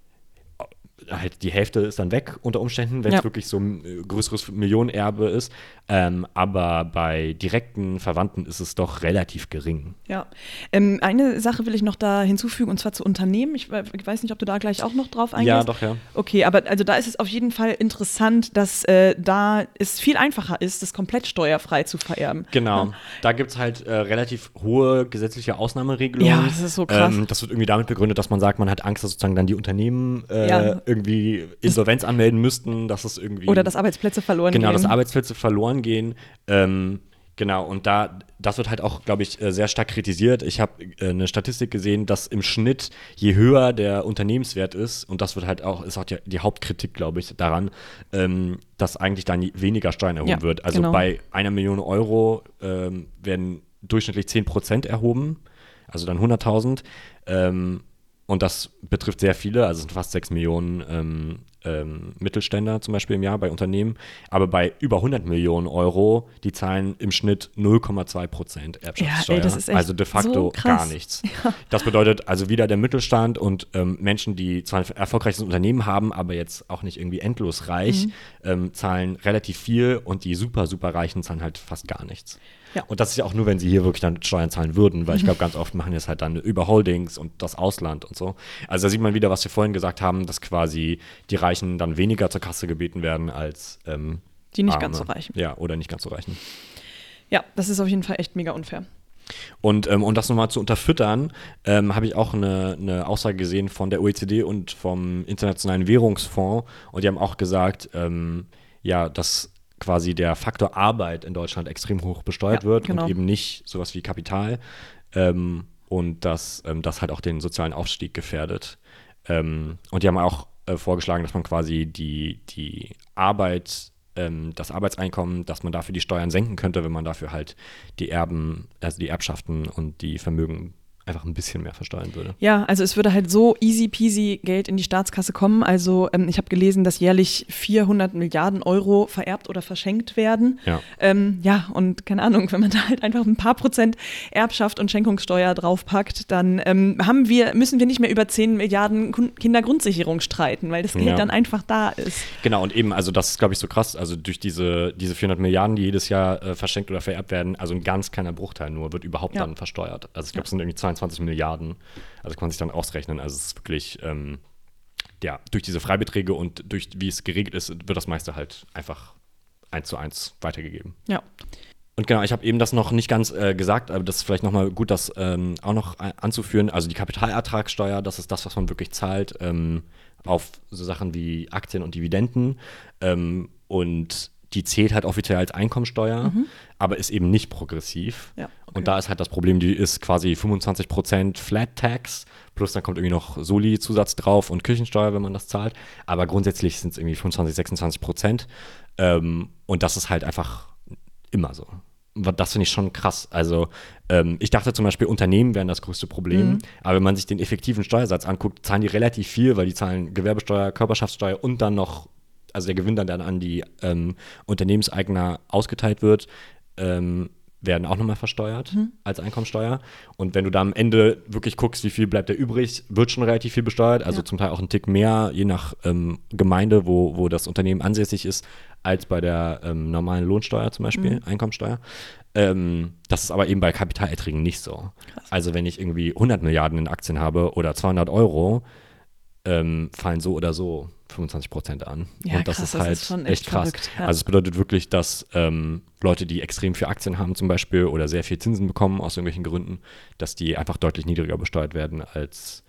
halt die Hälfte ist dann weg unter Umständen, wenn es ja. wirklich so ein größeres Millionenerbe ist. Ähm, aber bei direkten Verwandten ist es doch relativ gering. Ja. Ähm, eine Sache will ich noch da hinzufügen, und zwar zu Unternehmen. Ich, ich weiß nicht, ob du da gleich auch noch drauf eingehst. Ja, doch, ja. Okay, aber also da ist es auf jeden Fall interessant, dass äh, da es viel einfacher ist, das komplett steuerfrei zu vererben. Genau. Ja. Da gibt es halt äh, relativ hohe gesetzliche Ausnahmeregelungen. Ja, das ist so krass. Ähm, das wird irgendwie damit begründet, dass man sagt, man hat Angst, dass sozusagen dann die Unternehmen äh, ja. irgendwie Insolvenz anmelden müssten, dass es irgendwie oder dass Arbeitsplätze verloren genau, gehen. Genau, dass Arbeitsplätze verloren gehen. Ähm, genau, und da, das wird halt auch, glaube ich, sehr stark kritisiert. Ich habe äh, eine Statistik gesehen, dass im Schnitt, je höher der Unternehmenswert ist, und das wird halt auch, ist auch die, die Hauptkritik, glaube ich, daran, ähm, dass eigentlich dann weniger Steuern erhoben ja, wird. Also genau. bei einer Million Euro ähm, werden durchschnittlich zehn Prozent erhoben, also dann hunderttausend. Ähm, Und das betrifft sehr viele, also es sind fast sechs Millionen ähm, ähm, Mittelständler zum Beispiel im Jahr bei Unternehmen. Aber bei über hundert Millionen Euro, die zahlen im Schnitt null Komma zwei Prozent Erbschaftssteuer. Ja, ey, das ist echt also de facto so gar nichts. Ja. Das bedeutet also wieder der Mittelstand und ähm, Menschen, die zwar ein erfolgreiches Unternehmen haben, aber jetzt auch nicht irgendwie endlos reich, mhm. ähm, zahlen relativ viel und die super, super Reichen zahlen halt fast gar nichts. Ja. Und das ist ja auch nur, wenn sie hier wirklich dann Steuern zahlen würden, weil ich glaube, ganz oft machen die es halt dann über Holdings und das Ausland und so. Also da sieht man wieder, was wir vorhin gesagt haben, dass quasi die Reichen dann weniger zur Kasse gebeten werden als ähm, die nicht Arme. ganz so reichen. Ja, oder nicht ganz so reichen. Ja, das ist auf jeden Fall echt mega unfair. Und ähm, um das nochmal zu unterfüttern, ähm, habe ich auch eine, eine Aussage gesehen von der O E C D und vom Internationalen Währungsfonds. Und die haben auch gesagt, ähm, ja, dass quasi der Faktor Arbeit in Deutschland extrem hoch besteuert ja, wird genau. und eben nicht sowas wie Kapital. Ähm, und dass ähm, das halt auch den sozialen Aufstieg gefährdet. Ähm, und die haben auch äh, vorgeschlagen, dass man quasi die, die Arbeit, ähm, das Arbeitseinkommen, dass man dafür die Steuern senken könnte, wenn man dafür halt die Erben, also die Erbschaften und die Vermögen einfach ein bisschen mehr versteuern würde. Ja, also es würde halt so easy peasy Geld in die Staatskasse kommen. Also ähm, ich habe gelesen, dass jährlich vierhundert Milliarden Euro vererbt oder verschenkt werden. Ja. Ähm, ja, und keine Ahnung, wenn man da halt einfach ein paar Prozent Erbschaft und Schenkungssteuer draufpackt, dann ähm, haben wir, müssen wir nicht mehr über zehn Milliarden Kindergrundsicherung streiten, weil das Geld ja. dann einfach da ist. Genau, und eben, also das ist, glaube ich, so krass. Also durch diese, diese vierhundert Milliarden, die jedes Jahr äh, verschenkt oder vererbt werden, also ein ganz kleiner Bruchteil nur, wird überhaupt ja. dann versteuert. Also ich glaube, es sind irgendwie zweiundzwanzig Milliarden. Also kann man sich dann ausrechnen. Also es ist wirklich, ähm, ja, durch diese Freibeträge und durch wie es geregelt ist, wird das meiste halt einfach eins zu eins weitergegeben. Ja. Und genau, ich habe eben das noch nicht ganz äh, gesagt, aber das ist vielleicht nochmal gut, das ähm, auch noch anzuführen. Also die Kapitalertragssteuer, das ist das, was man wirklich zahlt ähm, auf so Sachen wie Aktien und Dividenden. Ähm, und die zählt halt offiziell als Einkommensteuer, mhm. aber ist eben nicht progressiv. Ja, okay. Und da ist halt das Problem, die ist quasi fünfundzwanzig Prozent Flat Tax, plus dann kommt irgendwie noch Soli-Zusatz drauf und Kirchensteuer, wenn man das zahlt. Aber grundsätzlich sind es irgendwie fünfundzwanzig, sechsundzwanzig Prozent. Ähm, und das ist halt einfach immer so. Das finde ich schon krass. Also ähm, ich dachte zum Beispiel, Unternehmen wären das größte Problem. Mhm. Aber wenn man sich den effektiven Steuersatz anguckt, zahlen die relativ viel, weil die zahlen Gewerbesteuer, Körperschaftssteuer und dann noch also der Gewinn dann, dann an die ähm, Unternehmenseigner ausgeteilt wird, ähm, werden auch nochmal versteuert mhm. als Einkommensteuer. Und wenn du da am Ende wirklich guckst, wie viel bleibt da übrig, wird schon relativ viel besteuert, also ja. zum Teil auch ein Tick mehr, je nach ähm, Gemeinde, wo, wo das Unternehmen ansässig ist, als bei der ähm, normalen Lohnsteuer zum Beispiel, mhm. Einkommensteuer. Ähm, das ist aber eben bei Kapitalerträgen nicht so. Krass. Also wenn ich irgendwie hundert Milliarden in Aktien habe oder zweihundert Euro, ähm, fallen so oder so fünfundzwanzig Prozent an. Ja, und das krass, ist halt das ist schon echt, echt krass. Verrückt, ja. Also es bedeutet wirklich, dass ähm, Leute, die extrem viel Aktien haben zum Beispiel oder sehr viel Zinsen bekommen aus irgendwelchen Gründen, dass die einfach deutlich niedriger besteuert werden als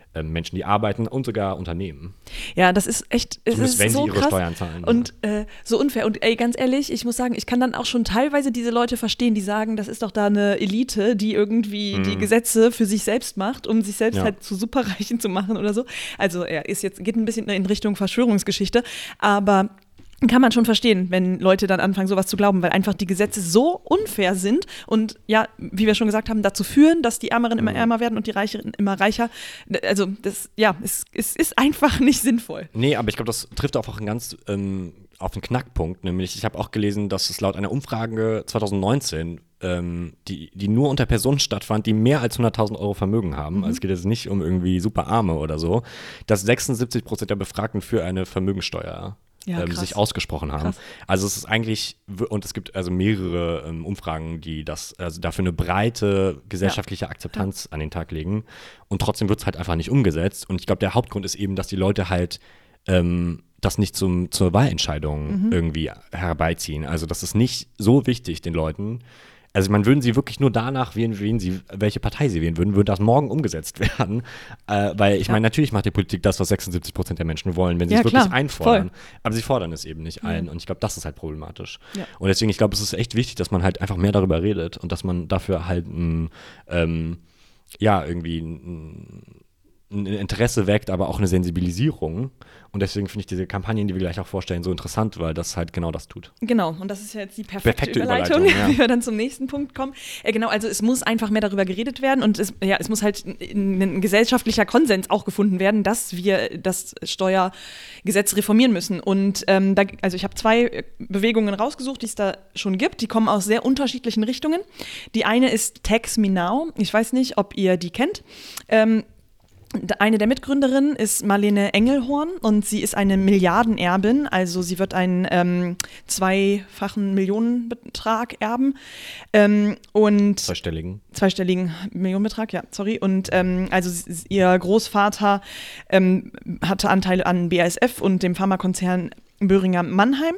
ähm, Menschen, die arbeiten und sogar Unternehmen. Ja, das ist echt, es Zumindest ist wenn so sie ihre krass Steuern zahlen. und äh, so unfair. Und ey, ganz ehrlich, ich muss sagen, ich kann dann auch schon teilweise diese Leute verstehen, die sagen, das ist doch da eine Elite, die irgendwie Mhm. die Gesetze für sich selbst macht, um sich selbst Ja. halt zu Superreichen zu machen oder so. Also er ist jetzt, geht ein bisschen in Richtung Verschwörungsgeschichte, aber kann man schon verstehen, wenn Leute dann anfangen, sowas zu glauben, weil einfach die Gesetze so unfair sind und ja, wie wir schon gesagt haben, dazu führen, dass die Ärmeren immer ärmer werden und die Reicheren immer reicher. Also das, ja, es, es ist einfach nicht sinnvoll. Nee, aber ich glaube, das trifft auch einen ganz ähm, auf den Knackpunkt, nämlich ich habe auch gelesen, dass es laut einer Umfrage zwanzig neunzehn, ähm, die, die nur unter Personen stattfand, die mehr als hunderttausend Euro Vermögen haben, mhm. also es geht jetzt nicht um irgendwie super Arme oder so, dass sechsundsiebzig Prozent der Befragten für eine Vermögensteuer Ja, ähm, sich ausgesprochen haben. Krass. Also es ist eigentlich, und es gibt also mehrere ähm, Umfragen, die das, also dafür eine breite gesellschaftliche ja. Akzeptanz ja. an den Tag legen. Und trotzdem wird es halt einfach nicht umgesetzt. Und ich glaube, der Hauptgrund ist eben, dass die Leute halt ähm, das nicht zum, zur Wahlentscheidung mhm. irgendwie herbeiziehen. Also das ist nicht so wichtig den Leuten. Also man würden sie wirklich nur danach wählen, wen sie, welche Partei sie wählen würden, würde das morgen umgesetzt werden. Äh, weil ich ja. meine, natürlich macht die Politik das, was sechsundsiebzig Prozent der Menschen wollen, wenn sie ja, es wirklich klar. einfordern. Voll. Aber sie fordern es eben nicht ein. Mhm. Und ich glaube, das ist halt problematisch. Ja. Und deswegen, ich glaube, es ist echt wichtig, dass man halt einfach mehr darüber redet und dass man dafür halt ein, ähm, ja, irgendwie ein, ein Interesse weckt, aber auch eine Sensibilisierung. Und deswegen finde ich diese Kampagnen, die wir gleich auch vorstellen, so interessant, weil das halt genau das tut. Genau, und das ist ja jetzt die perfekte, perfekte Überleitung, Überleitung ja. wie wir dann zum nächsten Punkt kommen. Äh, genau, also es muss einfach mehr darüber geredet werden und es, ja, es muss halt ein, ein gesellschaftlicher Konsens auch gefunden werden, dass wir das Steuergesetz reformieren müssen. Und ähm, da, also ich habe zwei Bewegungen rausgesucht, die es da schon gibt. Die kommen aus sehr unterschiedlichen Richtungen. Die eine ist Tax Me Now. Ich weiß nicht, ob ihr die kennt. Ähm, Eine der Mitgründerinnen ist Marlene Engelhorn und sie ist eine Milliardenerbin, also sie wird einen ähm, zweifachen Millionenbetrag erben. Ähm, und zweistelligen. Zweistelligen Millionenbetrag, ja, sorry. Und ähm, also sie, ihr Großvater ähm, hatte Anteile an B A S F und dem Pharmakonzern Boehringer Mannheim.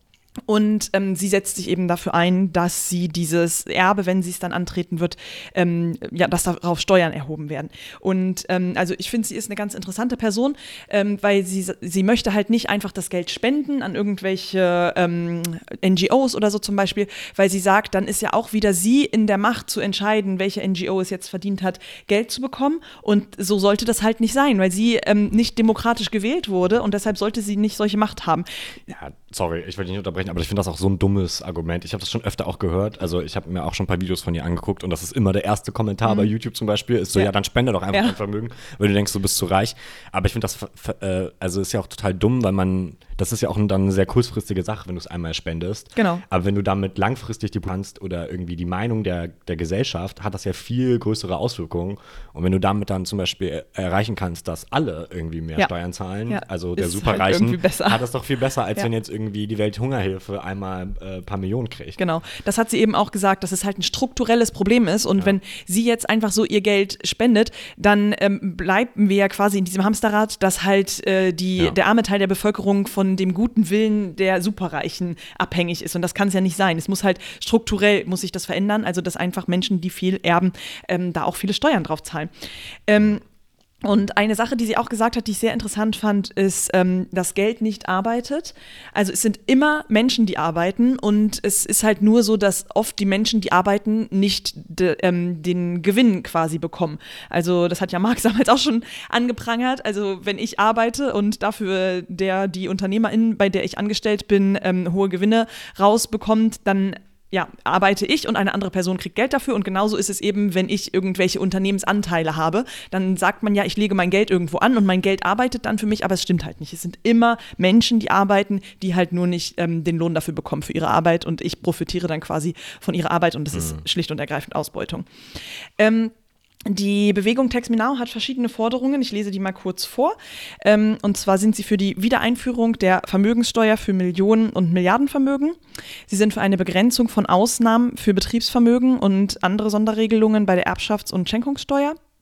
Und ähm, sie setzt sich eben dafür ein, dass sie dieses Erbe, wenn sie es dann antreten wird, ähm, ja, dass darauf Steuern erhoben werden. Und ähm, also ich finde, sie ist eine ganz interessante Person, ähm, weil sie, sie möchte halt nicht einfach das Geld spenden an irgendwelche ähm, N G Os oder so zum Beispiel, weil sie sagt, dann ist ja auch wieder sie in der Macht zu entscheiden, welche N G O es jetzt verdient hat, Geld zu bekommen. Und so sollte das halt nicht sein, weil sie ähm, nicht demokratisch gewählt wurde und deshalb sollte sie nicht solche Macht haben. Ja, sorry, ich will dich nicht unterbrechen, aber ich finde das auch so ein dummes Argument. Ich habe das schon öfter auch gehört. Also ich habe mir auch schon ein paar Videos von ihr angeguckt und das ist immer der erste Kommentar mhm. bei YouTube zum Beispiel, ist so, ja, ja dann spende doch einfach ja. dein Vermögen, weil du denkst, du bist zu reich. Aber ich finde das, äh, also ist ja auch total dumm, weil man, das ist ja auch dann eine sehr kurzfristige Sache, wenn du es einmal spendest. Genau. Aber wenn du damit langfristig die kannst oder irgendwie die Meinung der, der Gesellschaft, hat das ja viel größere Auswirkungen. Und wenn du damit dann zum Beispiel erreichen kannst, dass alle irgendwie mehr ja. Steuern zahlen, ja. also der ist Superreichen, halt hat das doch viel besser, als ja. wenn jetzt irgendwie die Welthungerhilfe einmal ein äh, paar Millionen kriegt. Genau, das hat sie eben auch gesagt, dass es halt ein strukturelles Problem ist und ja. wenn sie jetzt einfach so ihr Geld spendet, dann ähm, bleiben wir ja quasi in diesem Hamsterrad, dass halt äh, die, ja. der arme Teil der Bevölkerung von dem guten Willen der Superreichen abhängig ist und das kann es ja nicht sein. Es muss halt strukturell, muss sich das verändern, also dass einfach Menschen, die viel erben, ähm, da auch viele Steuern drauf zahlen. Ähm, Und eine Sache, die sie auch gesagt hat, die ich sehr interessant fand, ist, ähm, dass Geld nicht arbeitet. Also es sind immer Menschen, die arbeiten und es ist halt nur so, dass oft die Menschen, die arbeiten, nicht de, ähm, den Gewinn quasi bekommen. Also das hat ja Marx damals auch schon angeprangert. Also wenn ich arbeite und dafür der, die Unternehmerin, bei der ich angestellt bin, ähm, hohe Gewinne rausbekommt, dann ja, arbeite ich und eine andere Person kriegt Geld dafür und genauso ist es eben, wenn ich irgendwelche Unternehmensanteile habe, dann sagt man ja, ich lege mein Geld irgendwo an und mein Geld arbeitet dann für mich, aber es stimmt halt nicht. Es sind immer Menschen, die arbeiten, die halt nur nicht ähm, den Lohn dafür bekommen für ihre Arbeit und ich profitiere dann quasi von ihrer Arbeit und das mhm. ist schlicht und ergreifend Ausbeutung. Ähm, Die Bewegung Tax Me Now hat verschiedene Forderungen. Ich lese die mal kurz vor. Ähm, und zwar sind sie für die Wiedereinführung der Vermögenssteuer für Millionen- und Milliardenvermögen. Sie sind für eine Begrenzung von Ausnahmen für Betriebsvermögen und andere Sonderregelungen bei der Erbschafts- und Schenkungssteuer.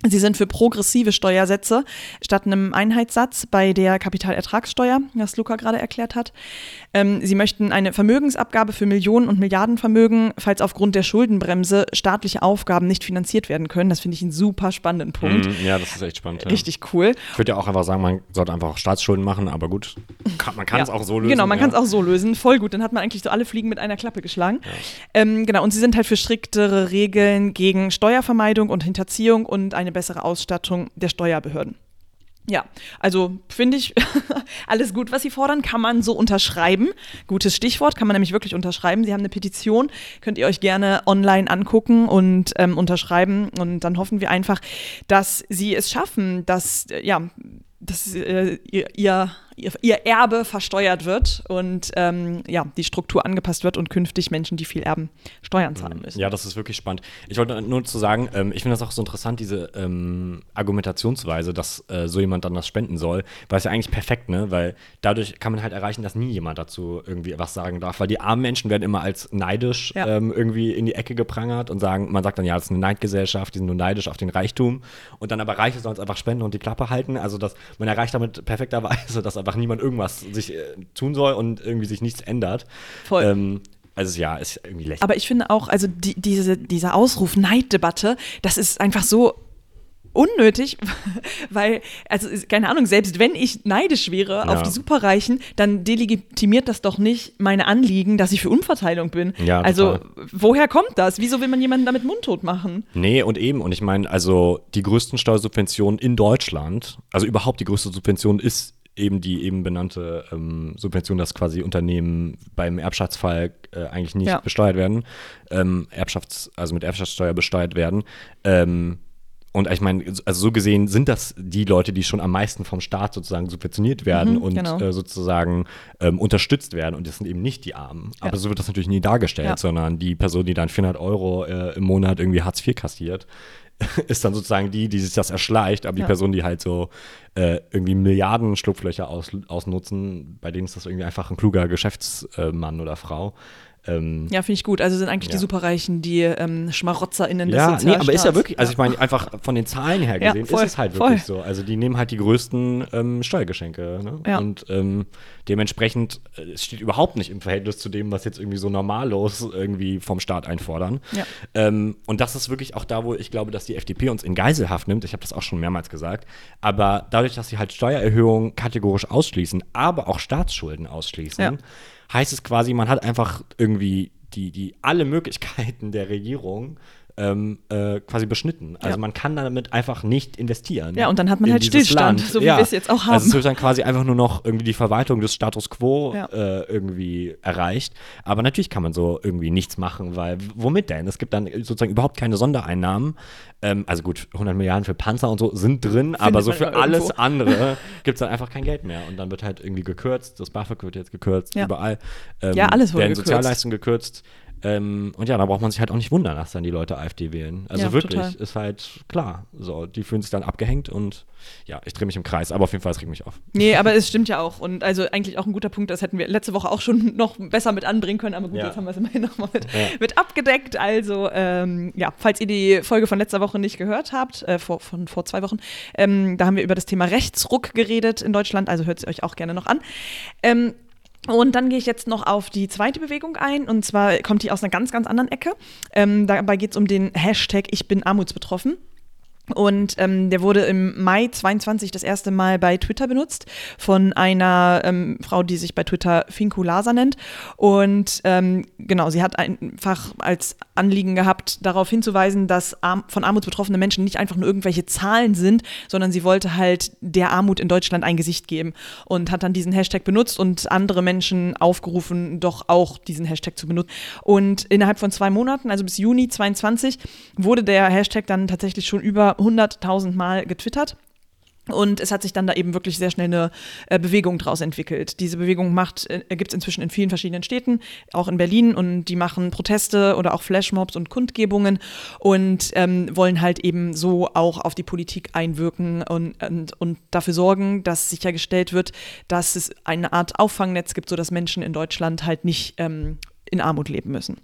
Sie sind für progressive Steuersätze statt einem Einheitssatz bei der Kapitalertragssteuer, was Luca gerade erklärt hat. Ähm, sie möchten eine Vermögensabgabe für Millionen- und Milliardenvermögen, falls aufgrund der Schuldenbremse staatliche Aufgaben nicht finanziert werden können. Das finde ich einen super spannenden Punkt. Mm, ja, das ist echt spannend. Ja. Richtig cool. Ich würde ja auch einfach sagen, man sollte einfach auch Staatsschulden machen, aber gut, kann, man kann es ja. auch so lösen. Genau, man ja. kann es auch so lösen. Voll gut, dann hat man eigentlich so alle Fliegen mit einer Klappe geschlagen. Ja. Ähm, genau, und sie sind halt für striktere Regeln gegen Steuervermeidung und Hinterziehung und eine bessere Ausstattung der Steuerbehörden. Ja, also finde ich alles gut, was Sie fordern, kann man so unterschreiben. Gutes Stichwort, kann man nämlich wirklich unterschreiben. Sie haben eine Petition, könnt ihr euch gerne online angucken und ähm, unterschreiben. Und dann hoffen wir einfach, dass Sie es schaffen, dass, ja, dass äh, ihr, ihr, ihr Erbe versteuert wird und ähm, ja, die Struktur angepasst wird und künftig Menschen, die viel erben, Steuern zahlen müssen. Ja, das ist wirklich spannend. Ich wollte nur zu sagen, ähm, ich finde das auch so interessant, diese ähm, Argumentationsweise, dass äh, so jemand dann das spenden soll, weil es ja eigentlich perfekt, ne? Weil dadurch kann man halt erreichen, dass nie jemand dazu irgendwie was sagen darf, weil die armen Menschen werden immer als neidisch ja. ähm, irgendwie in die Ecke geprangert und sagen, man sagt dann, ja, das ist eine Neidgesellschaft, die sind nur neidisch auf den Reichtum und dann aber Reiche sollen es einfach spenden und die Klappe halten, also das, man erreicht damit perfekterweise, dass einfach niemand irgendwas sich äh, tun soll und irgendwie sich nichts ändert. Voll. Ähm, also ja, ist irgendwie lächerlich. Aber ich finde auch, also die, diese, dieser Ausruf Neiddebatte, das ist einfach so unnötig, weil, also keine Ahnung, selbst wenn ich neidisch wäre ja. auf die Superreichen, dann delegitimiert das doch nicht meine Anliegen, dass ich für Umverteilung bin. Ja, also total. Woher kommt das? Wieso will man jemanden damit mundtot machen? Nee, und eben, und ich meine, also die größten Steuersubventionen in Deutschland, also überhaupt die größte Subvention ist eben die eben benannte ähm, Subvention, dass quasi Unternehmen beim Erbschaftsfall äh, eigentlich nicht ja. besteuert werden, ähm, Erbschafts-, also mit Erbschaftssteuer besteuert werden. Ähm, und ich meine, also so gesehen sind das die Leute, die schon am meisten vom Staat sozusagen subventioniert werden mhm, und genau. äh, sozusagen ähm, unterstützt werden. Und das sind eben nicht die Armen. Ja. Aber so wird das natürlich nie dargestellt, ja. sondern die Person, die dann vierhundert Euro äh, im Monat irgendwie Hartz vier kassiert, ist dann sozusagen die, die sich das erschleicht, aber die ja. Person, die halt so äh, irgendwie Milliarden Schlupflöcher aus, ausnutzen, bei denen ist das irgendwie einfach ein kluger Geschäftsmann oder Frau. Ähm, ja, finde ich gut. Also sind eigentlich ja. die Superreichen die ähm, SchmarotzerInnen des ja, Sozialstaats. Nee, aber ist ja wirklich, also ich meine, einfach von den Zahlen her gesehen, ja, voll, ist es halt wirklich voll. so. Also die nehmen halt die größten ähm, Steuergeschenke. Ne? Ja. Und ähm, dementsprechend, äh, es steht überhaupt nicht im Verhältnis zu dem, was jetzt irgendwie so normallos irgendwie vom Staat einfordern. Ja. Ähm, und das ist wirklich auch da, wo ich glaube, dass die F D P uns in Geiselhaft nimmt. Ich habe das auch schon mehrmals gesagt. Aber dadurch, dass sie halt Steuererhöhungen kategorisch ausschließen, aber auch Staatsschulden ausschließen, ja. heißt es quasi, man hat einfach irgendwie die, die alle Möglichkeiten der Regierung ähm, äh, quasi beschnitten. Also ja. man kann damit einfach nicht investieren. Ja, und dann hat man halt Stillstand, Land. so wie ja. wir es jetzt auch haben. Also es wird dann quasi einfach nur noch irgendwie die Verwaltung des Status Quo ja. äh, irgendwie erreicht. Aber natürlich kann man so irgendwie nichts machen, weil womit denn? Es gibt dann sozusagen überhaupt keine Sondereinnahmen. Ähm, also gut, hundert Milliarden für Panzer und so sind drin, Findet aber so für alles irgendwo. andere gibt es dann einfach kein Geld mehr. Und dann wird halt irgendwie gekürzt, das BAföG wird jetzt gekürzt, ja. überall. Ähm, ja, alles wurde werden gekürzt. Sozialleistungen gekürzt. Ähm, und ja, da braucht man sich halt auch nicht wundern, dass dann die Leute AfD wählen. Also ja, wirklich, total. Ist halt klar. So, die fühlen sich dann abgehängt und ja, ich drehe mich im Kreis, aber auf jeden Fall, es regt mich auf. Nee, aber es stimmt ja auch. Und also eigentlich auch ein guter Punkt, das hätten wir letzte Woche auch schon noch besser mit anbringen können, aber gut, ja. jetzt haben wir es immerhin nochmal mit, ja. mit abgedeckt. Also, ähm, ja, falls ihr die Folge von letzter Woche nicht gehört habt, äh, vor, von vor zwei Wochen, ähm, da haben wir über das Thema Rechtsruck geredet in Deutschland, also hört es euch auch gerne noch an. Ähm, Und dann gehe ich jetzt noch auf die zweite Bewegung ein, und zwar kommt die aus einer ganz, ganz anderen Ecke. Ähm, dabei geht es um den Hashtag Ich bin armutsbetroffen. Und ähm, der wurde im Mai zweiundzwanzig das erste Mal bei Twitter benutzt von einer ähm, Frau, die sich bei Twitter Finku Lasa nennt. Und ähm, genau, sie hat einfach als Anliegen gehabt, darauf hinzuweisen, dass arm- von Armut betroffene Menschen nicht einfach nur irgendwelche Zahlen sind, sondern sie wollte halt der Armut in Deutschland ein Gesicht geben und hat dann diesen Hashtag benutzt und andere Menschen aufgerufen, doch auch diesen Hashtag zu benutzen. Und innerhalb von zwei Monaten, also bis Juni zweiundzwanzig, wurde der Hashtag dann tatsächlich schon über hunderttausend Mal getwittert. Und es hat sich dann da eben wirklich sehr schnell eine äh, Bewegung draus entwickelt. Diese Bewegung macht, äh, gibt es inzwischen in vielen verschiedenen Städten, auch in Berlin, und die machen Proteste oder auch Flashmobs und Kundgebungen und ähm, wollen halt eben so auch auf die Politik einwirken und, und, und dafür sorgen, dass sichergestellt wird, dass es eine Art Auffangnetz gibt, sodass Menschen in Deutschland halt nicht ähm, in Armut leben müssen.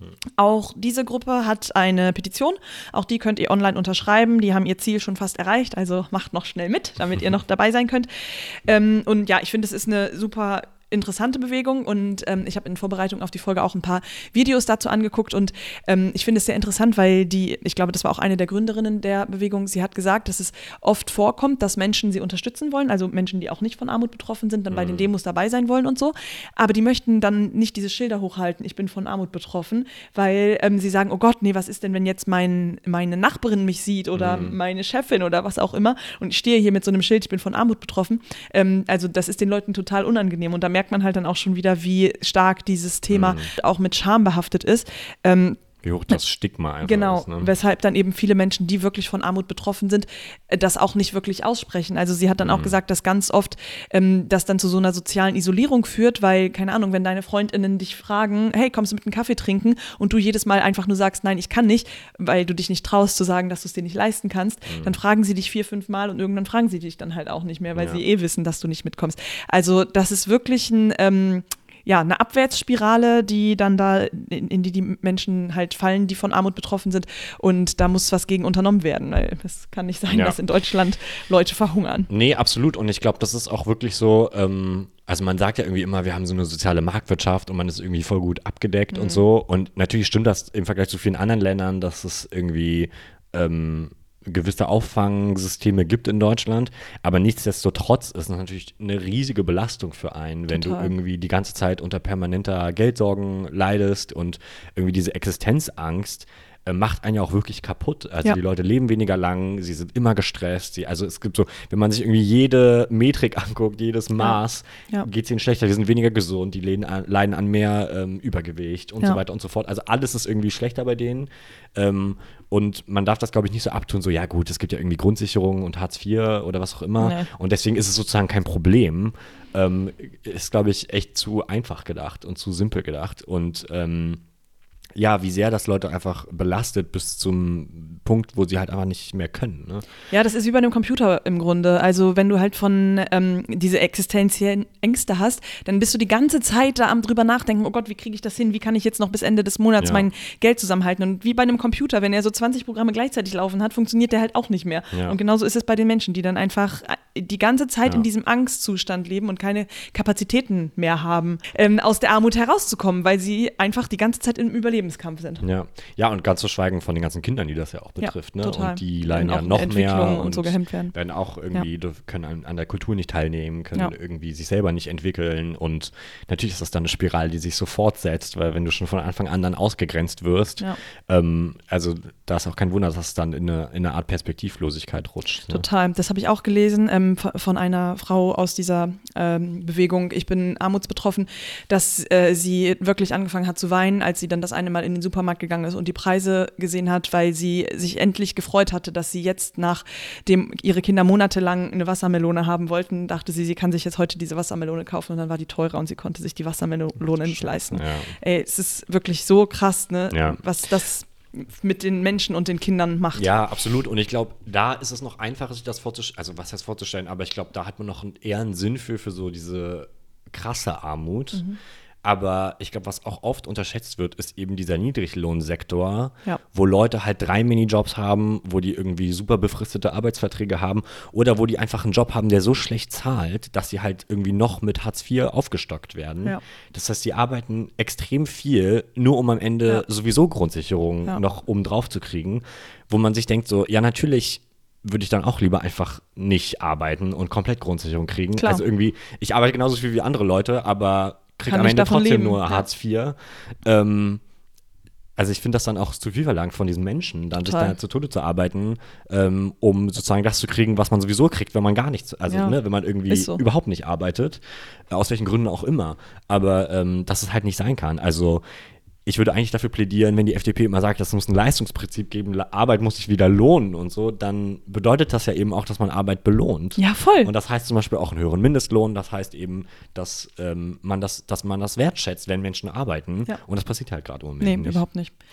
Auch diese Gruppe hat eine Petition, auch die könnt ihr online unterschreiben, die haben ihr Ziel schon fast erreicht, also macht noch schnell mit, damit ihr noch dabei sein könnt. Ähm, und ja, ich finde, es ist eine super interessante Bewegung und ähm, ich habe in Vorbereitung auf die Folge auch ein paar Videos dazu angeguckt und ähm, ich finde es sehr interessant, weil die, ich glaube, das war auch eine der Gründerinnen der Bewegung, sie hat gesagt, dass es oft vorkommt, dass Menschen sie unterstützen wollen, also Menschen, die auch nicht von Armut betroffen sind, dann mhm. bei den Demos dabei sein wollen und so, aber die möchten dann nicht diese Schilder hochhalten, ich bin von Armut betroffen, weil ähm, sie sagen, oh Gott, nee, was ist denn, wenn jetzt mein, meine Nachbarin mich sieht oder mhm. meine Chefin oder was auch immer und ich stehe hier mit so einem Schild, ich bin von Armut betroffen, ähm, also das ist den Leuten total unangenehm und da merkt man halt dann auch schon wieder, wie stark dieses Thema mhm. auch mit Scham behaftet ist. Ähm, Wie hoch das Stigma einfach genau, ist. Genau, ne? Weshalb dann eben viele Menschen, die wirklich von Armut betroffen sind, das auch nicht wirklich aussprechen. Also sie hat dann mhm. auch gesagt, dass ganz oft ähm, das dann zu so einer sozialen Isolierung führt, weil, keine Ahnung, wenn deine FreundInnen dich fragen, hey, kommst du mit einem Kaffee trinken? Und du jedes Mal einfach nur sagst, nein, ich kann nicht, weil du dich nicht traust zu sagen, dass du es dir nicht leisten kannst, mhm. dann fragen sie dich vier, fünf Mal und irgendwann fragen sie dich dann halt auch nicht mehr, weil ja. sie eh wissen, dass du nicht mitkommst. Also das ist wirklich ein ähm, ja, eine Abwärtsspirale, die dann da, in, in die die Menschen halt fallen, die von Armut betroffen sind. Und da muss was gegen unternommen werden, weil es kann nicht sein, ja. dass in Deutschland Leute verhungern. Nee, absolut. Und ich glaube, das ist auch wirklich so, ähm, also man sagt ja irgendwie immer, wir haben so eine soziale Marktwirtschaft und man ist irgendwie voll gut abgedeckt mhm. und so. Und natürlich stimmt das im Vergleich zu vielen anderen Ländern, dass es irgendwie ähm, gewisse Auffangsysteme gibt in Deutschland, aber nichtsdestotrotz ist es natürlich eine riesige Belastung für einen, wenn Total. Du irgendwie die ganze Zeit unter permanenter Geldsorgen leidest und irgendwie diese Existenzangst äh, macht einen ja auch wirklich kaputt. Also ja. die Leute leben weniger lang, sie sind immer gestresst, sie, also es gibt so, wenn man sich irgendwie jede Metrik anguckt, jedes Maß, ja. Ja. geht es ihnen schlechter, die sind weniger gesund, die leiden an, leiden an mehr ähm, Übergewicht und ja. so weiter und so fort. Also alles ist irgendwie schlechter bei denen. Ähm, Und man darf das, glaube ich, nicht so abtun, so, ja gut, es gibt ja irgendwie Grundsicherung und Hartz vier oder was auch immer. Nee. Und deswegen ist es sozusagen kein Problem. Ähm, ist, glaube ich, echt zu einfach gedacht und zu simpel gedacht. Und ähm, ja, wie sehr das Leute einfach belastet bis zum Punkt, wo sie halt einfach nicht mehr können. Ne? Ja, das ist wie bei einem Computer im Grunde. Also wenn du halt von ähm, diese existenziellen Ängste hast, dann bist du die ganze Zeit da am drüber nachdenken, oh Gott, wie kriege ich das hin? Wie kann ich jetzt noch bis Ende des Monats ja. mein Geld zusammenhalten? Und wie bei einem Computer, wenn er so zwanzig Programme gleichzeitig laufen hat, funktioniert der halt auch nicht mehr. Ja. Und genauso ist es bei den Menschen, die dann einfach die ganze Zeit ja. in diesem Angstzustand leben und keine Kapazitäten mehr haben, ähm, aus der Armut herauszukommen, weil sie einfach die ganze Zeit im Überlebenskampf sind. Ja, ja, und ganz zu schweigen von den ganzen Kindern, die das ja auch betrifft. Ja, ne? Total. Und die leiden ja noch mehr und, und so gehemmt werden. werden auch irgendwie, ja. können an, an der Kultur nicht teilnehmen, können ja. irgendwie sich selber nicht entwickeln und natürlich ist das dann eine Spirale, die sich so fortsetzt, weil wenn du schon von Anfang an dann ausgegrenzt wirst, ja. ähm, also da ist auch kein Wunder, dass es dann in eine, in eine Art Perspektivlosigkeit rutscht. Ne? Total, das habe ich auch gelesen ähm, von einer Frau aus dieser ähm, Bewegung, ich bin armutsbetroffen, dass äh, sie wirklich angefangen hat zu weinen, als sie dann das eine Mal in den Supermarkt gegangen ist und die Preise gesehen hat, weil sie sich endlich gefreut hatte, dass sie jetzt, nachdem ihre Kinder monatelang eine Wassermelone haben wollten, dachte sie, sie kann sich jetzt heute diese Wassermelone kaufen und dann war die teurer und sie konnte sich die Wassermelone nicht leisten. Ja. Ey, es ist wirklich so krass, ne, ja. was das mit den Menschen und den Kindern macht. Ja, absolut. Und ich glaube, da ist es noch einfacher, sich das vorzustellen, also was heißt vorzustellen, aber ich glaube, da hat man noch eher einen Sinn für, für so diese krasse Armut. Mhm. Aber ich glaube, was auch oft unterschätzt wird, ist eben dieser Niedriglohnsektor, ja. wo Leute halt drei Minijobs haben, wo die irgendwie super befristete Arbeitsverträge haben oder wo die einfach einen Job haben, der so schlecht zahlt, dass sie halt irgendwie noch mit Hartz vier aufgestockt werden. Ja. Das heißt, die arbeiten extrem viel, nur um am Ende ja. sowieso Grundsicherung ja. noch oben drauf zu kriegen, wo man sich denkt so, ja natürlich würde ich dann auch lieber einfach nicht arbeiten und komplett Grundsicherung kriegen. Klar. Also irgendwie, ich arbeite genauso viel wie andere Leute, aber kriege am Ende trotzdem leben. nur Hartz vier. Ja. Ähm, also ich finde das dann auch zu viel verlangt von diesen Menschen, dann Total. sich da zu Tode zu arbeiten, ähm, um sozusagen das zu kriegen, was man sowieso kriegt, wenn man gar nichts, also ja. ne, wenn man irgendwie so. überhaupt nicht arbeitet, aus welchen Gründen auch immer. Aber ähm, dass es halt nicht sein kann. Also ich würde eigentlich dafür plädieren, wenn die F D P immer sagt, es muss ein Leistungsprinzip geben, Arbeit muss sich wieder lohnen und so, dann bedeutet das ja eben auch, dass man Arbeit belohnt. Ja, voll. Und das heißt zum Beispiel auch einen höheren Mindestlohn, das heißt eben, dass, ähm, man, das, dass man das wertschätzt, wenn Menschen arbeiten. Ja. Und das passiert halt gerade im Moment nee, nicht. Nee, überhaupt nicht.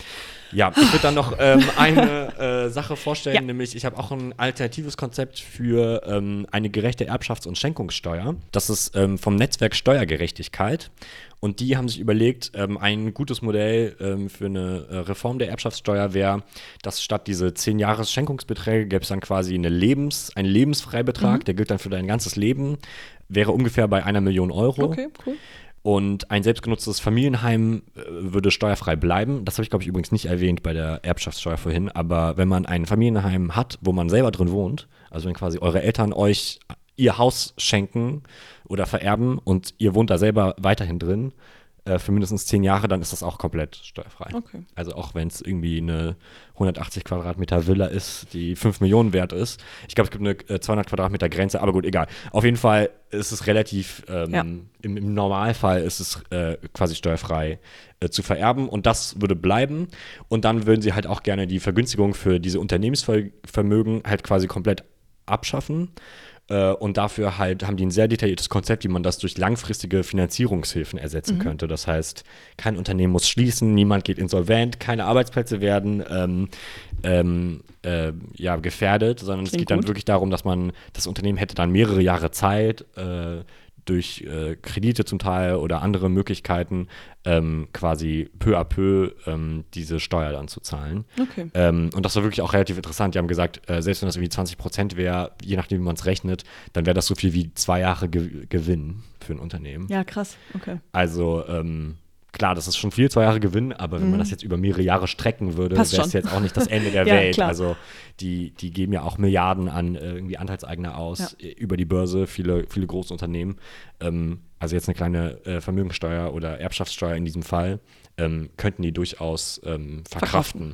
Ja, ich würde dann noch ähm, eine äh, Sache vorstellen, Ja. nämlich ich habe auch ein alternatives Konzept für ähm, eine gerechte Erbschafts- und Schenkungssteuer. Das ist ähm, vom Netzwerk Steuergerechtigkeit. Und die haben sich überlegt, ähm, ein gutes Modell ähm, für eine äh, Reform der Erbschaftssteuer wäre, dass statt diese zehn Jahres Schenkungsbeträge gäbe es dann quasi eine Lebens-, einen Lebensfreibetrag, mhm. der gilt dann für dein ganzes Leben, wäre ungefähr bei einer Million Euro. Okay, cool. Und ein selbstgenutztes Familienheim äh, würde steuerfrei bleiben. Das habe ich, glaube ich, übrigens nicht erwähnt bei der Erbschaftssteuer vorhin. Aber wenn man ein Familienheim hat, wo man selber drin wohnt, also wenn quasi eure Eltern euch ihr Haus schenken oder vererben und ihr wohnt da selber weiterhin drin, äh, für mindestens zehn Jahre, dann ist das auch komplett steuerfrei. Okay. Also auch wenn es irgendwie eine hundertachtzig Quadratmeter Villa ist, die fünf Millionen wert ist. Ich glaube, es gibt eine äh, zweihundert Quadratmeter Grenze, aber gut, egal. Auf jeden Fall ist es relativ, ähm, ja. im, im Normalfall ist es äh, quasi steuerfrei äh, zu vererben und das würde bleiben. Und dann würden sie halt auch gerne die Vergünstigung für diese Unternehmensvermögen halt quasi komplett abschaffen. Und dafür halt haben die ein sehr detailliertes Konzept, wie man das durch langfristige Finanzierungshilfen ersetzen mhm. könnte. Das heißt, kein Unternehmen muss schließen, niemand geht insolvent, keine Arbeitsplätze werden ähm, ähm, äh, ja, gefährdet, sondern Klingt es geht gut. dann wirklich darum, dass man, das Unternehmen hätte dann mehrere Jahre Zeit, äh, durch äh, Kredite zum Teil oder andere Möglichkeiten ähm, quasi peu à peu ähm, diese Steuer dann zu zahlen. Okay. Ähm, und das war wirklich auch relativ interessant. Die haben gesagt, äh, selbst wenn das irgendwie zwanzig Prozent wäre, je nachdem, wie man es rechnet, dann wäre das so viel wie zwei Jahre Ge- Gewinn für ein Unternehmen. Ja, krass. Okay. Also ähm, klar, das ist schon viel, zwei Jahre Gewinn, aber wenn mhm. man das jetzt über mehrere Jahre strecken würde, wäre es jetzt auch nicht das Ende der ja, Welt. Klar. Also die, die geben ja auch Milliarden an äh, irgendwie Anteilseigner aus ja. über die Börse, viele, viele große Unternehmen. Ähm, also jetzt eine kleine äh, Vermögensteuer oder Erbschaftssteuer in diesem Fall, ähm, könnten die durchaus ähm, verkraften. verkraften.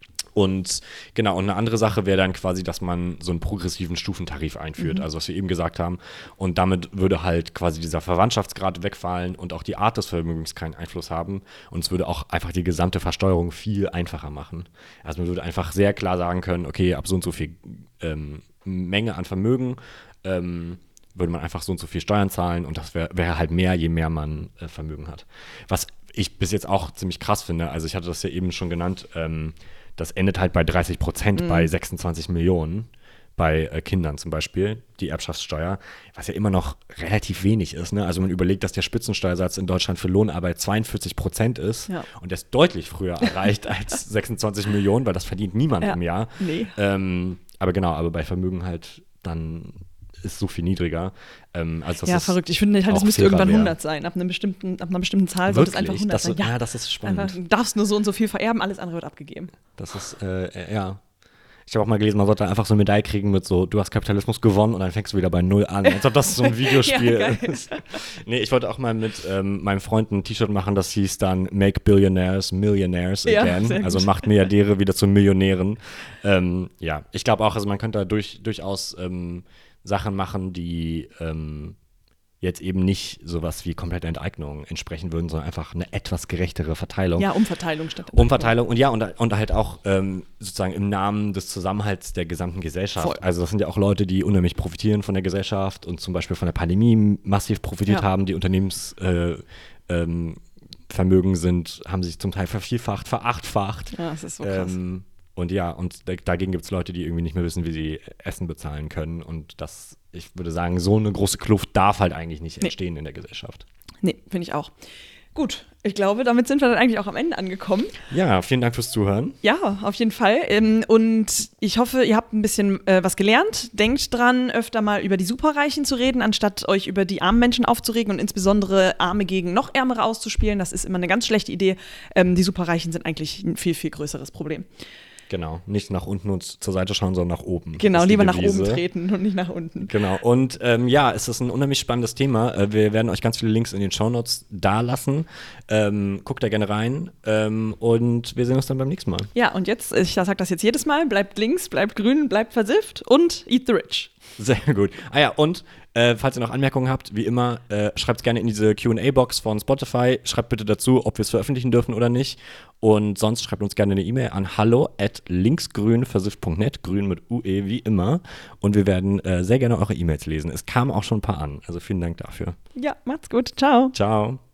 Und genau, und eine andere Sache wäre dann quasi, dass man so einen progressiven Stufentarif einführt, mhm. also was wir eben gesagt haben. Und damit würde halt quasi dieser Verwandtschaftsgrad wegfallen und auch die Art des Vermögens keinen Einfluss haben. Und es würde auch einfach die gesamte Versteuerung viel einfacher machen. Also man würde einfach sehr klar sagen können, okay, ab so und so viel ähm, Menge an Vermögen ähm, würde man einfach so und so viel Steuern zahlen und das wäre wär halt mehr, je mehr man äh, Vermögen hat. Was ich bis jetzt auch ziemlich krass finde, also ich hatte das ja eben schon genannt, ähm, das endet halt bei dreißig Prozent mhm. bei sechsundzwanzig Millionen, bei äh, Kindern zum Beispiel, die Erbschaftssteuer, was ja immer noch relativ wenig ist. Ne? Also man überlegt, dass der Spitzensteuersatz in Deutschland für Lohnarbeit zweiundvierzig Prozent ist ja. und der ist deutlich früher erreicht als sechsundzwanzig Millionen, weil das verdient niemand ja. im Jahr. Nee. Ähm, aber genau, aber bei Vermögen halt dann ist so viel niedriger. Ähm, also das ja, ist verrückt. Ich finde halt, es müsste irgendwann wär. hundert sein. Ab, einem bestimmten, ab einer bestimmten Zahl sollte es einfach hundert das sein. Ist, ja. ja, das ist spannend. Einfach, du darfst nur so und so viel vererben, alles andere wird abgegeben. Das ist, äh, ja. Ich habe auch mal gelesen, man sollte einfach so eine Medaille kriegen mit so, du hast Kapitalismus gewonnen und dann fängst du wieder bei Null an. Als ob das so ein Videospiel ja, ist. Nee, ich wollte auch mal mit ähm, meinem Freund ein T-Shirt machen, das hieß dann Make Billionaires Millionaires Again. Ja, also macht Milliardäre wieder zu Millionären. Ähm, ja, ich glaube auch, also man könnte da durch, durchaus ähm, Sachen machen, die ähm, jetzt eben nicht sowas wie komplette Enteignung entsprechen würden, sondern einfach eine etwas gerechtere Verteilung. Ja, Umverteilung statt Enteignung. Umverteilung und ja, und, und halt auch ähm, sozusagen im Namen des Zusammenhalts der gesamten Gesellschaft. Voll. Also das sind ja auch Leute, die unheimlich profitieren von der Gesellschaft und zum Beispiel von der Pandemie massiv profitiert ja. haben. Die Unternehmensvermögen äh, ähm, sind, haben sich zum Teil vervierfacht, verachtfacht. Ja, das ist so krass. Ähm, Und ja, und dagegen gibt es Leute, die irgendwie nicht mehr wissen, wie sie Essen bezahlen können. Und das, ich würde sagen, so eine große Kluft darf halt eigentlich nicht entstehen nee. in der Gesellschaft. Nee, finde ich auch. Gut, ich glaube, damit sind wir dann eigentlich auch am Ende angekommen. Ja, vielen Dank fürs Zuhören. Ja, auf jeden Fall. Und ich hoffe, ihr habt ein bisschen äh, was gelernt. Denkt dran, öfter mal über die Superreichen zu reden, anstatt euch über die armen Menschen aufzuregen und insbesondere Arme gegen noch Ärmere auszuspielen. Das ist immer eine ganz schlechte Idee. Ähm, die Superreichen sind eigentlich ein viel, viel größeres Problem. Genau, nicht nach unten und zur Seite schauen, sondern nach oben. Genau, lieber nach oben treten und nicht nach unten. Genau, und ähm, ja, es ist ein unheimlich spannendes Thema. Äh, wir werden euch ganz viele Links in den Shownotes dalassen. Ähm, guckt da gerne rein ähm, und wir sehen uns dann beim nächsten Mal. Ja, und jetzt, ich sage das jetzt jedes Mal, bleibt links, bleibt grün, bleibt versifft und eat the rich. Sehr gut. Ah ja, und äh, falls ihr noch Anmerkungen habt, wie immer, äh, schreibt es gerne in diese Q und A-Box von Spotify. Schreibt bitte dazu, ob wir es veröffentlichen dürfen oder nicht. Und sonst schreibt uns gerne eine E-Mail an hallo at linksgrünversifft punkt net, grün mit U E wie immer. Und wir werden äh, sehr gerne eure E-Mails lesen. Es kamen auch schon ein paar an, also vielen Dank dafür. Ja, macht's gut. Ciao. Ciao.